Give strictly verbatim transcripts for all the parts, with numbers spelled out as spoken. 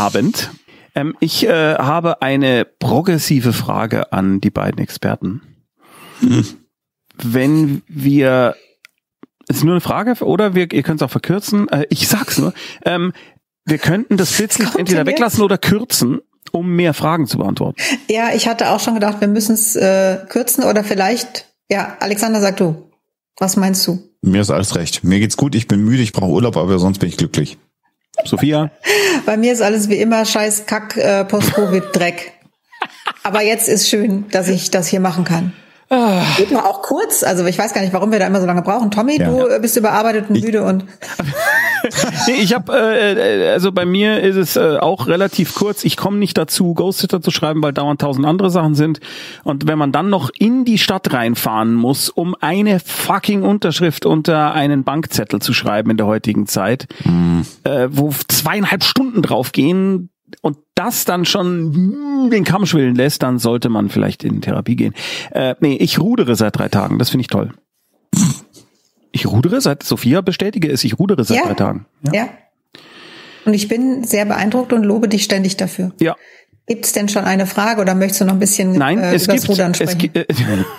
Abend. Ähm, ich äh, habe eine progressive Frage an die beiden Experten. Hm. Wenn wir, es ist nur eine Frage, oder wir, ihr könnt es auch verkürzen, äh, ich sag's nur, ähm, wir könnten das Blitzlicht entweder weglassen oder kürzen, um mehr Fragen zu beantworten. Ja, ich hatte auch schon gedacht, wir müssen es äh, kürzen oder vielleicht, ja, Alexander, sag du, was meinst du? Mir ist alles recht. Mir geht's gut, ich bin müde, ich brauche Urlaub, aber sonst bin ich glücklich. Sophia? Bei mir ist alles wie immer scheiß Kack, äh, Post-Covid-Dreck. Aber jetzt ist schön, dass ich das hier machen kann. Geht mal auch kurz, also ich weiß gar nicht, warum wir da immer so lange brauchen. Tommy, ja. du bist überarbeitet und ich, müde und... ich habe, äh, also bei mir ist es äh, auch relativ kurz. Ich komme nicht dazu, Ghostsitter zu schreiben, weil dauernd tausend andere Sachen sind. Und wenn man dann noch in die Stadt reinfahren muss, um eine fucking Unterschrift unter einen Bankzettel zu schreiben in der heutigen Zeit, mhm. äh, wo zweieinhalb Stunden drauf gehen, und das dann schon den Kamm schwillen lässt, dann sollte man vielleicht in Therapie gehen. Äh, nee, ich rudere seit drei Tagen, das finde ich toll. Ich rudere seit, Sophia bestätige es, ich rudere seit ja, drei Tagen. Ja. ja. Und ich bin sehr beeindruckt und lobe dich ständig dafür. Ja. Gibt es denn schon eine Frage oder möchtest du noch ein bisschen Nein, äh, es über gibt, das Rudern sprechen? Es gibt, äh,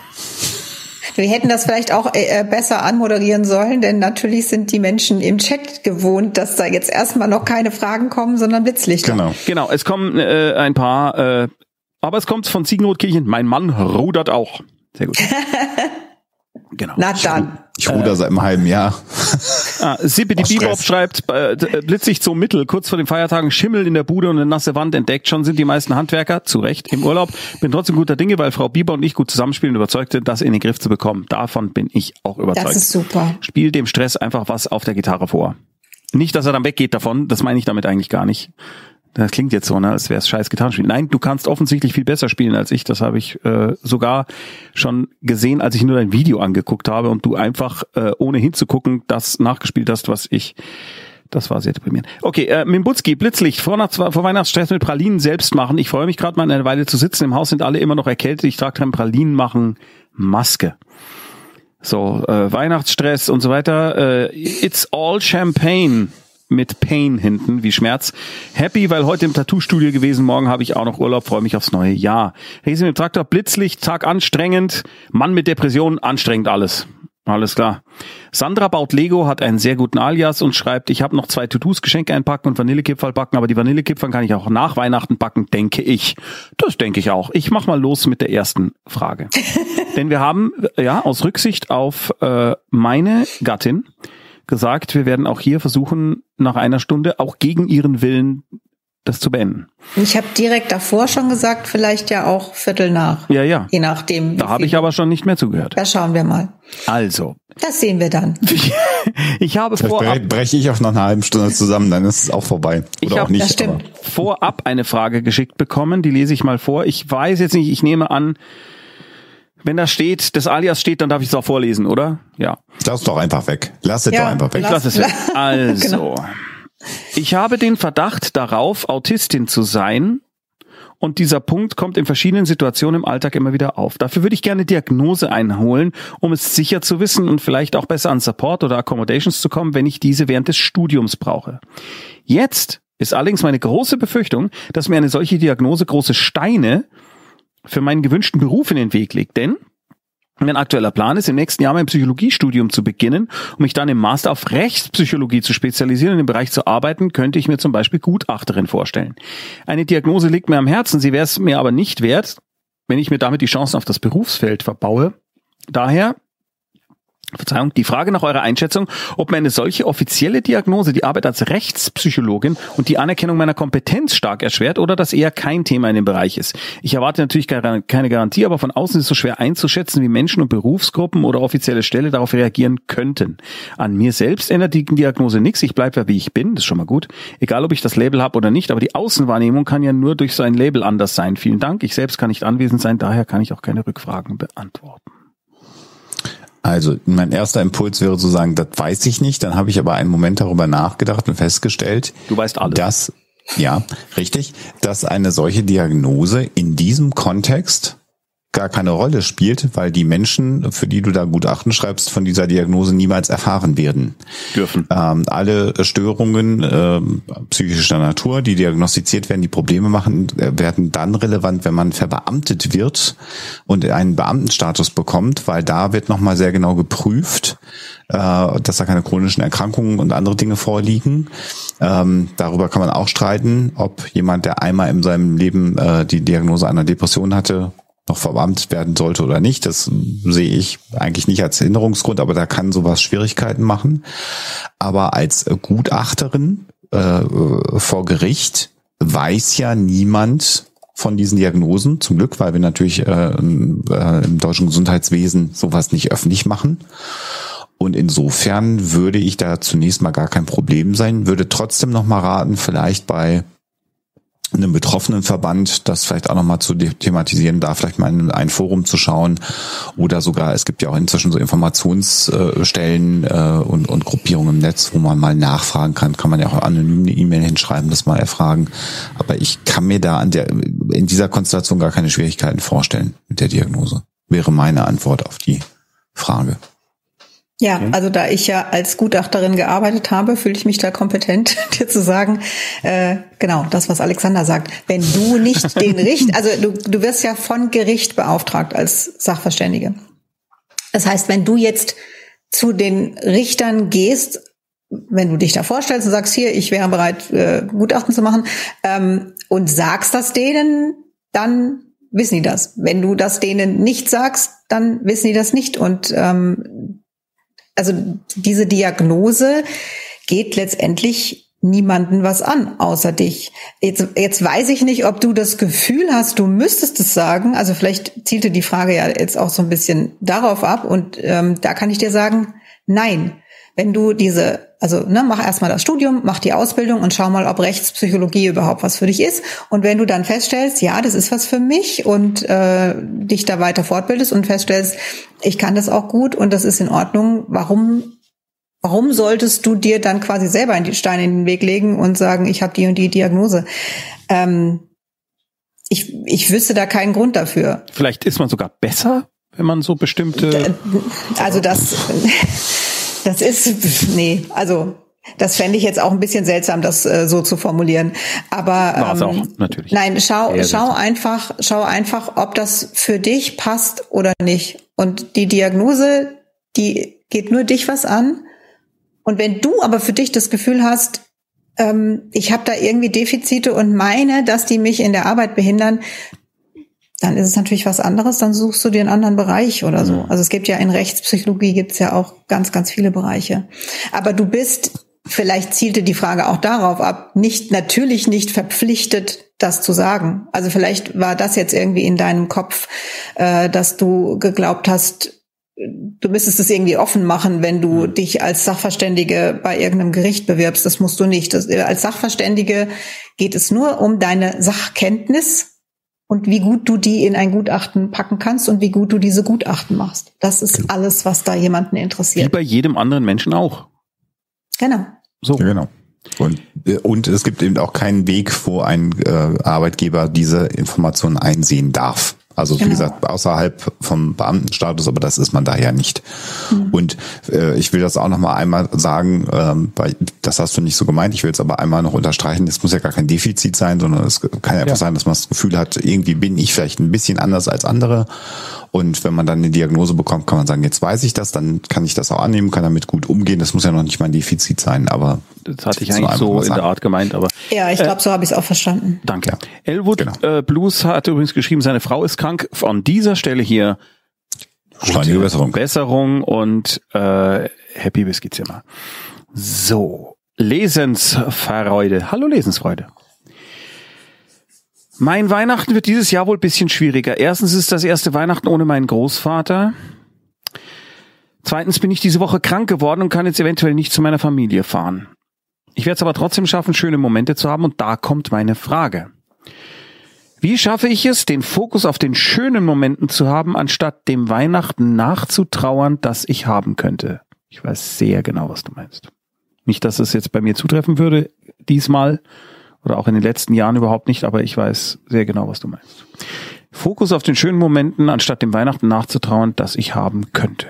Wir hätten das vielleicht auch äh, besser anmoderieren sollen, denn natürlich sind die Menschen im Chat gewohnt, dass da jetzt erstmal noch keine Fragen kommen, sondern Blitzlichter. Genau, genau. Es kommen äh, ein paar, äh, aber es kommt von Ziegenrotkirchen. Mein Mann rudert auch. Sehr gut. Genau. Na dann. Ich ruder äh, seit einem halben Jahr. Ah, Sippity Bebop schreibt, äh, Blitzlicht so mittel, kurz vor den Feiertagen Schimmel in der Bude und eine nasse Wand entdeckt. Schon sind die meisten Handwerker, zu Recht, im Urlaub. Bin trotzdem guter Dinge, weil Frau Bieber und ich gut zusammenspielen und überzeugt sind, das in den Griff zu bekommen. Davon bin ich auch überzeugt. Das ist super. Spiel dem Stress einfach was auf der Gitarre vor. Nicht, dass er dann weggeht davon, das meine ich damit eigentlich gar nicht. Das klingt jetzt so, ne, als wäre es scheiß Gitarrenspielen. Nein, du kannst offensichtlich viel besser spielen als ich. Das habe ich äh, sogar schon gesehen, als ich nur dein Video angeguckt habe und du einfach, äh, ohne hinzugucken, das nachgespielt hast, was ich... Das war sehr deprimierend. Okay, äh, Mimbutski, Blitzlicht, vor, nach, vor Weihnachtsstress mit Pralinen selbst machen. Ich freue mich gerade mal eine Weile zu sitzen. Im Haus sind alle immer noch erkältet. Ich trage kein Pralinen machen Maske. So, äh, Weihnachtsstress und so weiter. Äh, it's all champagne. Mit Pain hinten, wie Schmerz. Happy, weil heute im Tattoo-Studio gewesen, morgen habe ich auch noch Urlaub, freue mich aufs neue Jahr. Riesen mit dem Traktor, Blitzlicht, Tag anstrengend, Mann mit Depression, anstrengend alles. Alles klar. Sandra baut Lego, hat einen sehr guten Alias und schreibt, ich habe noch zwei To-Dos, Geschenke einpacken und Vanillekipferl backen, aber die Vanillekipferl kann ich auch nach Weihnachten backen, denke ich. Das denke ich auch. Ich mach mal los mit der ersten Frage. Denn wir haben, ja, aus Rücksicht auf äh, meine Gattin gesagt, wir werden auch hier versuchen, nach einer Stunde auch gegen ihren Willen das zu beenden. Ich habe direkt davor schon gesagt, vielleicht ja auch Viertel nach. Ja, ja. Je nachdem. Da habe ich aber schon nicht mehr zugehört. Da schauen wir mal. Also. Das sehen wir dann. Ich habe vorab... breche ich auch nach einer halben Stunde zusammen, dann ist es auch vorbei. Oder ich hab, auch nicht. Das stimmt. Vorab eine Frage geschickt bekommen, die lese ich mal vor. Ich weiß jetzt nicht, ich nehme an, wenn da steht, das Alias steht, dann darf ich es auch vorlesen, oder? Ja. Lass doch einfach weg. Lass es ja, doch einfach weg. Ich lass es weg. Also, genau. Ich habe den Verdacht darauf, Autistin zu sein. Und dieser Punkt kommt in verschiedenen Situationen im Alltag immer wieder auf. Dafür würde ich gerne Diagnose einholen, um es sicher zu wissen und vielleicht auch besser an Support oder Accommodations zu kommen, wenn ich diese während des Studiums brauche. Jetzt ist allerdings meine große Befürchtung, dass mir eine solche Diagnose große Steine für meinen gewünschten Beruf in den Weg legt. Denn mein aktueller Plan ist, im nächsten Jahr mein Psychologiestudium zu beginnen, um mich dann im Master auf Rechtspsychologie zu spezialisieren und im Bereich zu arbeiten, könnte ich mir zum Beispiel Gutachterin vorstellen. Eine Diagnose liegt mir am Herzen, sie wäre es mir aber nicht wert, wenn ich mir damit die Chancen auf das Berufsfeld verbaue. Daher, Verzeihung, die Frage nach eurer Einschätzung, ob mir eine solche offizielle Diagnose die Arbeit als Rechtspsychologin und die Anerkennung meiner Kompetenz stark erschwert oder das eher kein Thema in dem Bereich ist. Ich erwarte natürlich keine Garantie, aber von außen ist es so schwer einzuschätzen, wie Menschen und Berufsgruppen oder offizielle Stelle darauf reagieren könnten. An mir selbst ändert die Diagnose nichts, ich bleibe ja wie ich bin, das ist schon mal gut. Egal, ob ich das Label habe oder nicht, aber die Außenwahrnehmung kann ja nur durch so ein Label anders sein. Vielen Dank, ich selbst kann nicht anwesend sein, daher kann ich auch keine Rückfragen beantworten. Also mein erster Impuls wäre zu sagen, das weiß ich nicht. Dann habe ich aber einen Moment darüber nachgedacht und festgestellt, du weißt alles. Dass, ja, richtig, dass eine solche Diagnose in diesem Kontext gar keine Rolle spielt, weil die Menschen, für die du da Gutachten schreibst, von dieser Diagnose niemals erfahren werden. Dürfen. Ähm, alle Störungen äh, psychischer Natur, die diagnostiziert werden, die Probleme machen, werden dann relevant, wenn man verbeamtet wird und einen Beamtenstatus bekommt, weil da wird nochmal sehr genau geprüft, äh, dass da keine chronischen Erkrankungen und andere Dinge vorliegen. Ähm, darüber kann man auch streiten, ob jemand, der einmal in seinem Leben äh, die Diagnose einer Depression hatte, noch verbeamtet werden sollte oder nicht. Das sehe ich eigentlich nicht als Hinderungsgrund, aber da kann sowas Schwierigkeiten machen. Aber als Gutachterin äh, vor Gericht weiß ja niemand von diesen Diagnosen, zum Glück, weil wir natürlich äh, äh, im deutschen Gesundheitswesen sowas nicht öffentlich machen. Und insofern würde ich da zunächst mal gar kein Problem sein, würde trotzdem noch mal raten, vielleicht bei einem betroffenen Verband, das vielleicht auch nochmal zu thematisieren, da vielleicht mal in ein Forum zu schauen oder sogar, es gibt ja auch inzwischen so Informationsstellen äh, und, und Gruppierungen im Netz, wo man mal nachfragen kann, kann man ja auch anonym eine E-Mail hinschreiben, das mal erfragen, aber ich kann mir da an der in dieser Konstellation gar keine Schwierigkeiten vorstellen mit der Diagnose, wäre meine Antwort auf die Frage. Ja, also da ich ja als Gutachterin gearbeitet habe, fühle ich mich da kompetent, dir zu sagen, äh, genau, das, was Alexander sagt. Wenn du nicht den Richter, also du, du wirst ja von Gericht beauftragt als Sachverständige. Das heißt, wenn du jetzt zu den Richtern gehst, wenn du dich da vorstellst und sagst, hier, ich wäre bereit, äh, Gutachten zu machen, ähm, und sagst das denen, dann wissen die das. Wenn du das denen nicht sagst, dann wissen die das nicht. Und ähm, also diese Diagnose geht letztendlich niemanden was an, außer dich. Jetzt, jetzt weiß ich nicht, ob du das Gefühl hast, du müsstest es sagen. Also vielleicht zielte die Frage ja jetzt auch so ein bisschen darauf ab. Und ähm, da kann ich dir sagen, nein. Wenn du diese, also ne, mach erstmal das Studium, mach die Ausbildung und schau mal, ob Rechtspsychologie überhaupt was für dich ist. Und wenn du dann feststellst, ja, das ist was für mich und äh, dich da weiter fortbildest und feststellst, ich kann das auch gut und das ist in Ordnung, warum warum solltest du dir dann quasi selber in die Steine in den Weg legen und sagen, ich habe die und die Diagnose? Ähm, ich ich wüsste da keinen Grund dafür. Vielleicht ist man sogar besser, wenn man so bestimmte... Also das... Das ist, nee, also das fände ich jetzt auch ein bisschen seltsam, das äh, so zu formulieren. Aber ähm, auch, natürlich. Nein, schau, schau einfach, schau einfach, ob das für dich passt oder nicht. Und die Diagnose, die geht nur dich was an. Und wenn du aber für dich das Gefühl hast, ähm, ich habe da irgendwie Defizite und meine, dass die mich in der Arbeit behindern, dann ist es natürlich was anderes, dann suchst du dir einen anderen Bereich oder so. Also es gibt ja in Rechtspsychologie gibt's ja auch ganz, ganz viele Bereiche. Aber du bist, vielleicht zielte die Frage auch darauf ab, nicht, natürlich nicht verpflichtet, das zu sagen. Also vielleicht war das jetzt irgendwie in deinem Kopf, äh, dass du geglaubt hast, du müsstest es irgendwie offen machen, wenn du mhm. dich als Sachverständige bei irgendeinem Gericht bewirbst. Das musst du nicht. Das, als Sachverständige geht es nur um deine Sachkenntnis und wie gut du die in ein Gutachten packen kannst und wie gut du diese Gutachten machst. Das ist alles, was da jemanden interessiert. Wie bei jedem anderen Menschen auch. Genau. So. Ja, genau. Und, und es gibt eben auch keinen Weg, wo ein äh, Arbeitgeber diese Informationen einsehen darf. Also genau. Wie gesagt, außerhalb vom Beamtenstatus, aber das ist man da ja nicht. Mhm. Und äh, ich will das auch noch mal einmal sagen, ähm, weil das hast du nicht so gemeint, ich will es aber einmal noch unterstreichen, es muss ja gar kein Defizit sein, sondern es kann ja einfach ja. sein, dass man das Gefühl hat, irgendwie bin ich vielleicht ein bisschen anders als andere. Und wenn man dann eine Diagnose bekommt, kann man sagen, jetzt weiß ich das, dann kann ich das auch annehmen, kann damit gut umgehen. Das muss ja noch nicht mal ein Defizit sein, aber das hatte ich eigentlich so in der Art gemeint. Aber ja, ich glaube, so habe ich es auch verstanden. Danke. Ja. Elwood genau. äh, Blues hat übrigens geschrieben, seine Frau ist krank. An dieser Stelle hier Scheinige Besserung. Besserung und äh, Happy Biscuits immer. So, Lesensfreude. Hallo Lesensfreude. Mein Weihnachten wird dieses Jahr wohl ein bisschen schwieriger. Erstens ist das erste Weihnachten ohne meinen Großvater. Zweitens bin ich diese Woche krank geworden und kann jetzt eventuell nicht zu meiner Familie fahren. Ich werde es aber trotzdem schaffen, schöne Momente zu haben und da kommt meine Frage. Wie schaffe ich es, den Fokus auf den schönen Momenten zu haben, anstatt dem Weihnachten nachzutrauern, das ich haben könnte? Ich weiß sehr genau, was du meinst. Nicht, dass es jetzt bei mir zutreffen würde, diesmal, oder auch in den letzten Jahren überhaupt nicht, aber ich weiß sehr genau, was du meinst. Fokus auf den schönen Momenten, anstatt dem Weihnachten nachzutrauern, das ich haben könnte.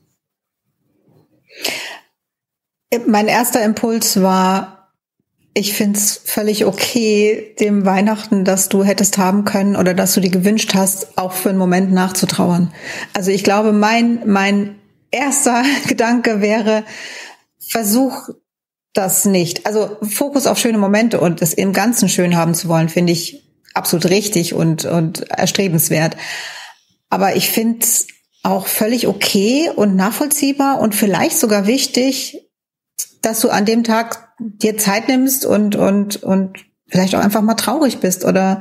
Mein erster Impuls war, ich find's völlig okay, dem Weihnachten, das du hättest haben können oder das du dir gewünscht hast, auch für einen Moment nachzutrauern. Also ich glaube, mein, mein erster Gedanke wäre, versuch das nicht. Also Fokus auf schöne Momente und es im Ganzen schön haben zu wollen, finde ich absolut richtig und, und erstrebenswert. Aber ich finde es auch völlig okay und nachvollziehbar und vielleicht sogar wichtig, dass du an dem Tag dir Zeit nimmst und und und vielleicht auch einfach mal traurig bist oder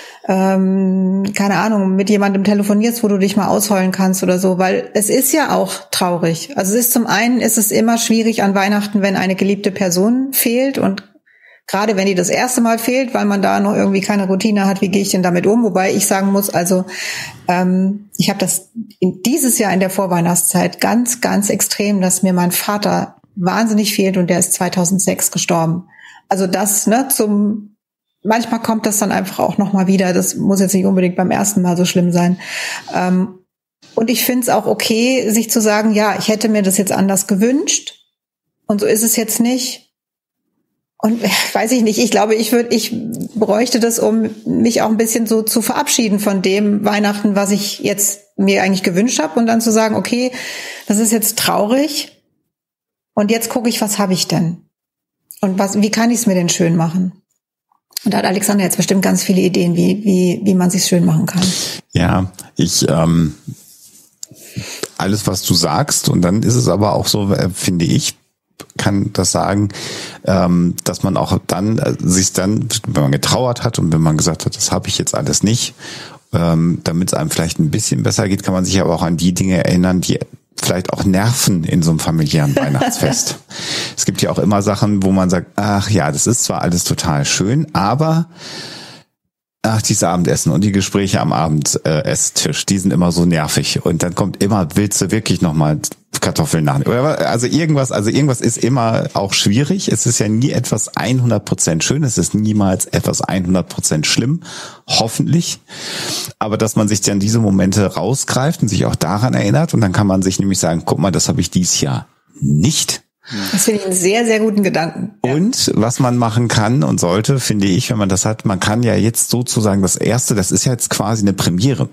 ähm, keine Ahnung, mit jemandem telefonierst, wo du dich mal ausheulen kannst oder so, weil es ist ja auch traurig. Also es ist zum einen, ist es immer schwierig an Weihnachten, wenn eine geliebte Person fehlt und gerade wenn die das erste Mal fehlt, weil man da noch irgendwie keine Routine hat, wie gehe ich denn damit um? Wobei ich sagen muss, also ähm, ich habe das in, dieses Jahr in der Vorweihnachtszeit ganz, ganz extrem, dass mir mein Vater wahnsinnig fehlt und der ist zweitausendsechs gestorben. Also das, ne, zum, manchmal kommt das dann einfach auch nochmal wieder. Das muss jetzt nicht unbedingt beim ersten Mal so schlimm sein. Ähm, und ich finde es auch okay, sich zu sagen, ja, ich hätte mir das jetzt anders gewünscht und so ist es jetzt nicht. Und weiß ich nicht, ich glaube, ich würde, ich bräuchte das, um mich auch ein bisschen so zu verabschieden von dem Weihnachten, was ich jetzt mir eigentlich gewünscht habe und dann zu sagen, okay, das ist jetzt traurig. Und jetzt gucke ich, was habe ich denn? Und was, wie kann ich es mir denn schön machen? Und da hat Alexander jetzt bestimmt ganz viele Ideen, wie wie wie man sich's schön machen kann. Ja, ich ähm, alles, was du sagst, und dann ist es aber auch so, äh, finde ich, kann das sagen, ähm, dass man auch dann äh, sich dann, wenn man getrauert hat und wenn man gesagt hat, das habe ich jetzt alles nicht, ähm, damit es einem vielleicht ein bisschen besser geht, kann man sich aber auch an die Dinge erinnern, die vielleicht auch nerven in so einem familiären Weihnachtsfest. Es gibt ja auch immer Sachen, wo man sagt, ach ja, das ist zwar alles total schön, aber ach, dieses Abendessen und die Gespräche am Abendesstisch, die sind immer so nervig. Und dann kommt immer, willst du wirklich nochmal Kartoffeln nach? Oder also irgendwas, also irgendwas ist immer auch schwierig. Es ist ja nie etwas hundert Prozent schön. Es ist niemals etwas hundert Prozent schlimm. Hoffentlich. Aber dass man sich dann diese Momente rausgreift und sich auch daran erinnert. Und dann kann man sich nämlich sagen, guck mal, das habe ich dieses Jahr nicht. Das finde ich einen sehr, sehr guten Gedanken. Ja. Und was man machen kann und sollte, finde ich, wenn man das hat, man kann ja jetzt sozusagen das Erste, das ist ja jetzt quasi eine Premiere.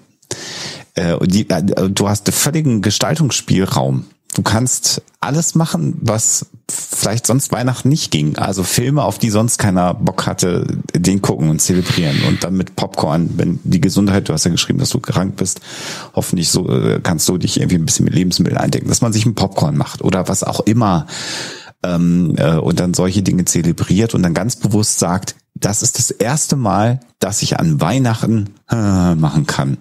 Äh, die, äh, du hast einen völligen Gestaltungsspielraum. Du kannst alles machen, was vielleicht sonst Weihnachten nicht ging. Also Filme, auf die sonst keiner Bock hatte, den gucken und zelebrieren. Und dann mit Popcorn, wenn die Gesundheit, du hast ja geschrieben, dass du krank bist, hoffentlich so kannst du dich irgendwie ein bisschen mit Lebensmitteln eindecken, dass man sich ein Popcorn macht oder was auch immer. Ähm, äh, und dann solche Dinge zelebriert und dann ganz bewusst sagt, das ist das erste Mal, dass ich an Weihnachten äh, machen kann.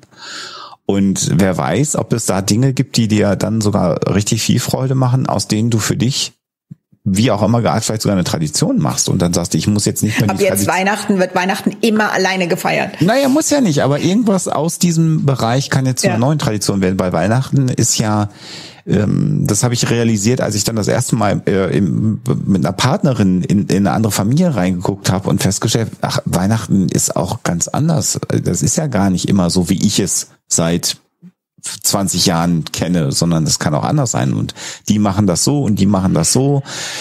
Und wer weiß, ob es da Dinge gibt, die dir dann sogar richtig viel Freude machen, aus denen du für dich, wie auch immer geartet, vielleicht sogar eine Tradition machst und dann sagst du, ich muss jetzt nicht mehr die Ab jetzt Tradition- Weihnachten wird Weihnachten immer alleine gefeiert. Naja, muss ja nicht, aber irgendwas aus diesem Bereich kann jetzt zu ja. einer neuen Tradition werden. Bei Weihnachten ist ja, ähm, das habe ich realisiert, als ich dann das erste Mal äh, im, mit einer Partnerin in, in eine andere Familie reingeguckt habe und festgestellt, ach, Weihnachten ist auch ganz anders. Das ist ja gar nicht immer so, wie ich es seit zwanzig Jahren kenne, sondern das kann auch anders sein und die machen das so und die machen das so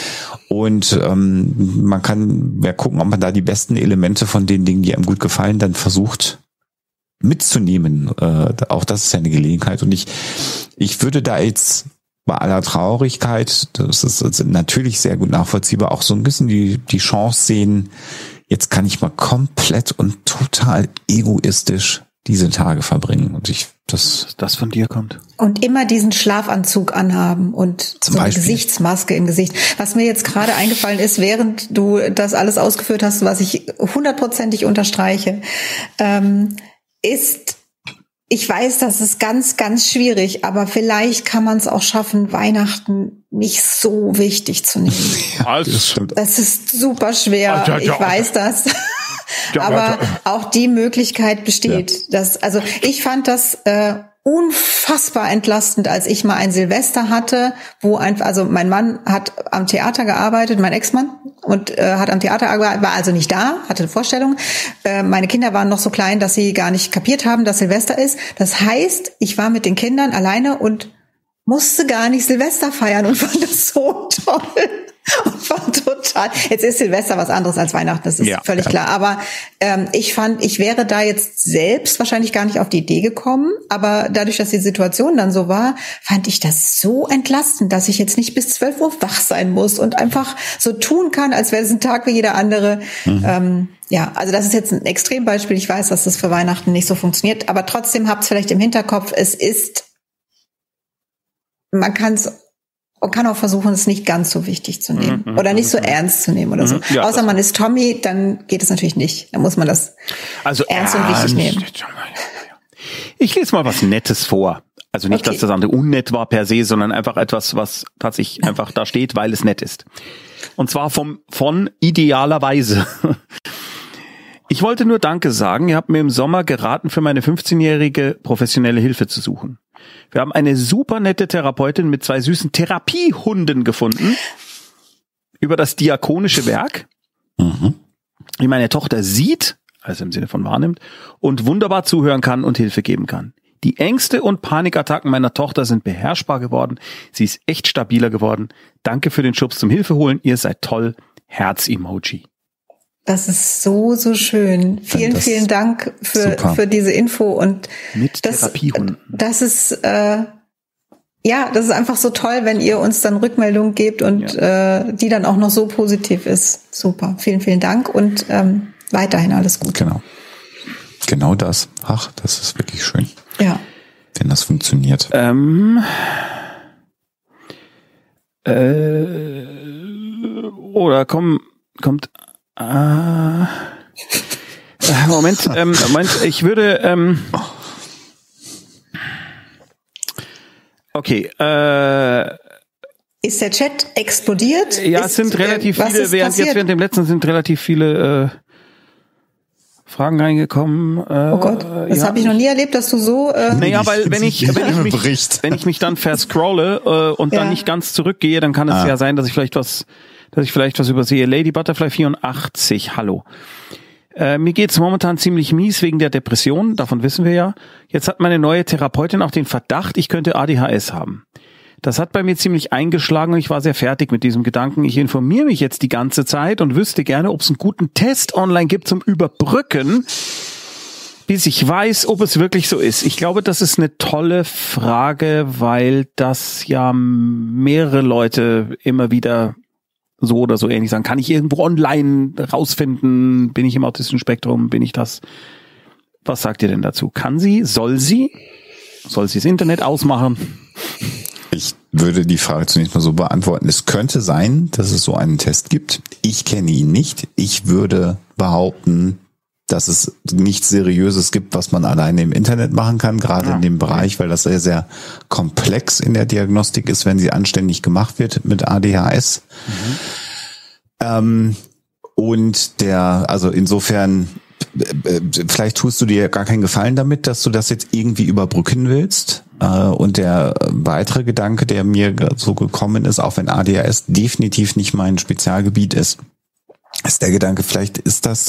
und ähm, man kann ja gucken, ob man da die besten Elemente von den Dingen, die einem gut gefallen, dann versucht mitzunehmen. Äh, auch das ist ja eine Gelegenheit und ich ich würde da jetzt bei aller Traurigkeit, das ist, das ist natürlich sehr gut nachvollziehbar, auch so ein bisschen die die Chance sehen, jetzt kann ich mal komplett und total egoistisch diese Tage verbringen und ich das das von dir kommt. Und immer diesen Schlafanzug anhaben und Zum so eine Beispiel. Gesichtsmaske im Gesicht. Was mir jetzt gerade eingefallen ist, während du das alles ausgeführt hast, was ich hundertprozentig unterstreiche, ähm, ist, ich weiß, das ist ganz, ganz schwierig, aber vielleicht kann man es auch schaffen, Weihnachten nicht so wichtig zu nehmen. Ja, das stimmt. Das ist super schwer, Ja, ja, ja. ich weiß das. Ja, aber ja, ja. auch die Möglichkeit besteht. Ja. Dass, also ich fand das äh, unfassbar entlastend, als ich mal ein Silvester hatte, wo einfach, also mein Mann hat am Theater gearbeitet, mein Ex-Mann, und äh, hat am Theater gearbeitet, war also nicht da, hatte eine Vorstellung. Äh, meine Kinder waren noch so klein, dass sie gar nicht kapiert haben, dass Silvester ist. Das heißt, ich war mit den Kindern alleine und musste gar nicht Silvester feiern und fand das so toll. Und war total. Jetzt ist Silvester was anderes als Weihnachten, das ist ja völlig ja. klar. Aber ähm, ich fand, ich wäre da jetzt selbst wahrscheinlich gar nicht auf die Idee gekommen. Aber dadurch, dass die Situation dann so war, fand ich das so entlastend, dass ich jetzt nicht bis zwölf Uhr wach sein muss und einfach so tun kann, als wäre es ein Tag wie jeder andere. Mhm. Ähm, ja, also das ist jetzt ein Extrembeispiel. Ich weiß, dass das für Weihnachten nicht so funktioniert. Aber trotzdem habt es vielleicht im Hinterkopf, es ist, man kann es Und kann auch versuchen, es nicht ganz so wichtig zu nehmen mhm, oder nicht so mhm. ernst zu nehmen oder so. Ja, außer man ist Tommy, dann geht es natürlich nicht. Dann muss man das also ernst und wichtig nehmen. Ich lese mal was Nettes vor. Also nicht, okay. dass das andere unnett war per se, sondern einfach etwas, was tatsächlich einfach da steht, weil es nett ist. Und zwar vom von idealerweise. Ich wollte nur Danke sagen. Ihr habt mir im Sommer geraten, für meine fünfzehnjährige professionelle Hilfe zu suchen. Wir haben eine super nette Therapeutin mit zwei süßen Therapiehunden gefunden über das diakonische Werk, mhm. die meine Tochter sieht, also im Sinne von wahrnimmt, und wunderbar zuhören kann und Hilfe geben kann. Die Ängste und Panikattacken meiner Tochter sind beherrschbar geworden. Sie ist echt stabiler geworden. Danke für den Schubs zum Hilfeholen. Ihr seid toll. Herz-Emoji. Das ist so, so schön. Vielen, vielen Dank für, für diese Info und mit Therapiehunden. Das ist, äh, ja, das ist einfach so toll, wenn ihr uns dann Rückmeldung gebt und ja. äh, die dann auch noch so positiv ist. Super. Vielen, vielen Dank und ähm, weiterhin alles Gute. Genau. Genau das. Ach, das ist wirklich schön. Ja. Wenn das funktioniert. Ähm, äh, oder komm, kommt Ah, Moment, ähm, Moment, ich würde, ähm, okay, äh, ist der Chat explodiert? Ja, ist, es sind relativ äh, viele, während, jetzt während dem letzten sind relativ viele äh, Fragen reingekommen. Äh, oh Gott, das ja. habe ich noch nie erlebt, dass du so... Äh naja, weil wenn ich, wenn ich, mich, wenn ich mich dann verscrolle äh, und ja. dann nicht ganz zurückgehe, dann kann es ah. ja sein, dass ich vielleicht was... dass ich vielleicht was übersehe. Lady Butterfly vierundachtzig, hallo. Äh, mir geht's momentan ziemlich mies wegen der Depression, davon wissen wir ja. Jetzt hat meine neue Therapeutin auch den Verdacht, ich könnte A D H S haben. Das hat bei mir ziemlich eingeschlagen und ich war sehr fertig mit diesem Gedanken. Ich informiere mich jetzt die ganze Zeit und wüsste gerne, ob es einen guten Test online gibt zum Überbrücken, bis ich weiß, ob es wirklich so ist. Ich glaube, das ist eine tolle Frage, weil das ja mehrere Leute immer wieder so oder so ähnlich sagen. Kann ich irgendwo online rausfinden? Bin ich im autistischen Spektrum? Bin ich das? Was sagt ihr denn dazu? Kann sie? Soll sie? Soll sie das Internet ausmachen? Ich würde die Frage zunächst mal so beantworten. Es könnte sein, dass es so einen Test gibt. Ich kenne ihn nicht. Ich würde behaupten, dass es nichts Seriöses gibt, was man alleine im Internet machen kann, gerade ja. in dem Bereich, weil das sehr, sehr komplex in der Diagnostik ist, wenn sie anständig gemacht wird mit A D H S. Mhm. Ähm, und der, also insofern, vielleicht tust du dir gar keinen Gefallen damit, dass du das jetzt irgendwie überbrücken willst. Äh, und der weitere Gedanke, der mir so gekommen ist, auch wenn A D H S definitiv nicht mein Spezialgebiet ist, ist der Gedanke, vielleicht ist das...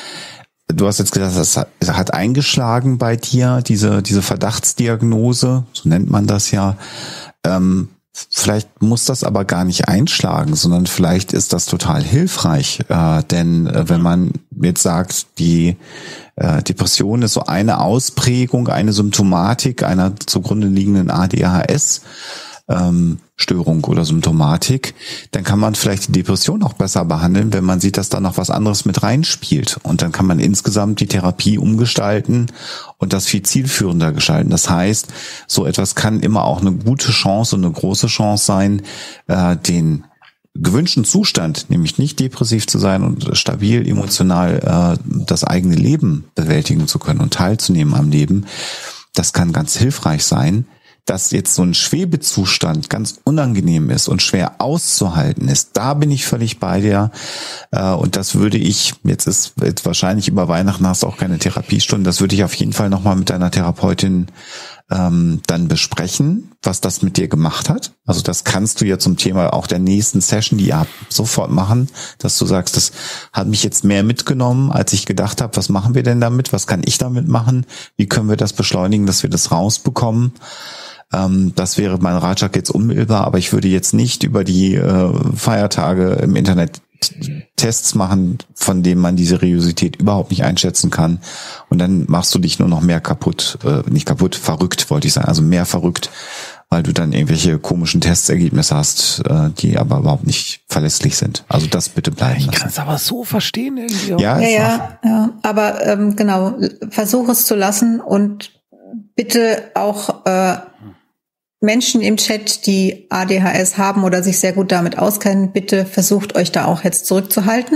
Du hast jetzt gesagt, das hat eingeschlagen bei dir, diese diese Verdachtsdiagnose, so nennt man das ja. Ähm, vielleicht muss das aber gar nicht einschlagen, sondern vielleicht ist das total hilfreich. Äh, denn äh, wenn man jetzt sagt, die äh, Depression ist so eine Ausprägung, eine Symptomatik einer zugrunde liegenden A D H S, ähm, Störung oder Symptomatik, dann kann man vielleicht die Depression auch besser behandeln, wenn man sieht, dass da noch was anderes mit reinspielt. Und dann kann man insgesamt die Therapie umgestalten und das viel zielführender gestalten. Das heißt, so etwas kann immer auch eine gute Chance und eine große Chance sein, äh, den gewünschten Zustand, nämlich nicht depressiv zu sein und stabil emotional äh, das eigene Leben bewältigen zu können und teilzunehmen am Leben. Das kann ganz hilfreich sein. Dass jetzt so ein Schwebezustand ganz unangenehm ist und schwer auszuhalten ist, da bin ich völlig bei dir. Und das würde ich, jetzt ist jetzt wahrscheinlich über Weihnachten hast du auch keine Therapiestunde, das würde ich auf jeden Fall nochmal mit deiner Therapeutin ähm, dann besprechen, was das mit dir gemacht hat. Also das kannst du ja zum Thema auch der nächsten Session, die ihr habt, sofort machen, dass du sagst, das hat mich jetzt mehr mitgenommen, als ich gedacht habe. Was machen wir denn damit? Was kann ich damit machen? Wie können wir das beschleunigen, dass wir das rausbekommen? Ähm, das wäre mein Ratschlag jetzt unmittelbar, aber ich würde jetzt nicht über die äh, Feiertage im Internet Tests machen, von denen man die Seriosität überhaupt nicht einschätzen kann. Und dann machst du dich nur noch mehr kaputt, äh, nicht kaputt, verrückt, wollte ich sagen, also mehr verrückt, weil du dann irgendwelche komischen Testergebnisse hast, äh, die aber überhaupt nicht verlässlich sind. Also das bitte bleiben lassen. Ich kann es aber so verstehen irgendwie. Auch. Ja, ja, ja, ja. Aber ähm, genau, versuch es zu lassen und bitte auch äh, Menschen im Chat, die A D H S haben oder sich sehr gut damit auskennen, bitte versucht euch da auch jetzt zurückzuhalten.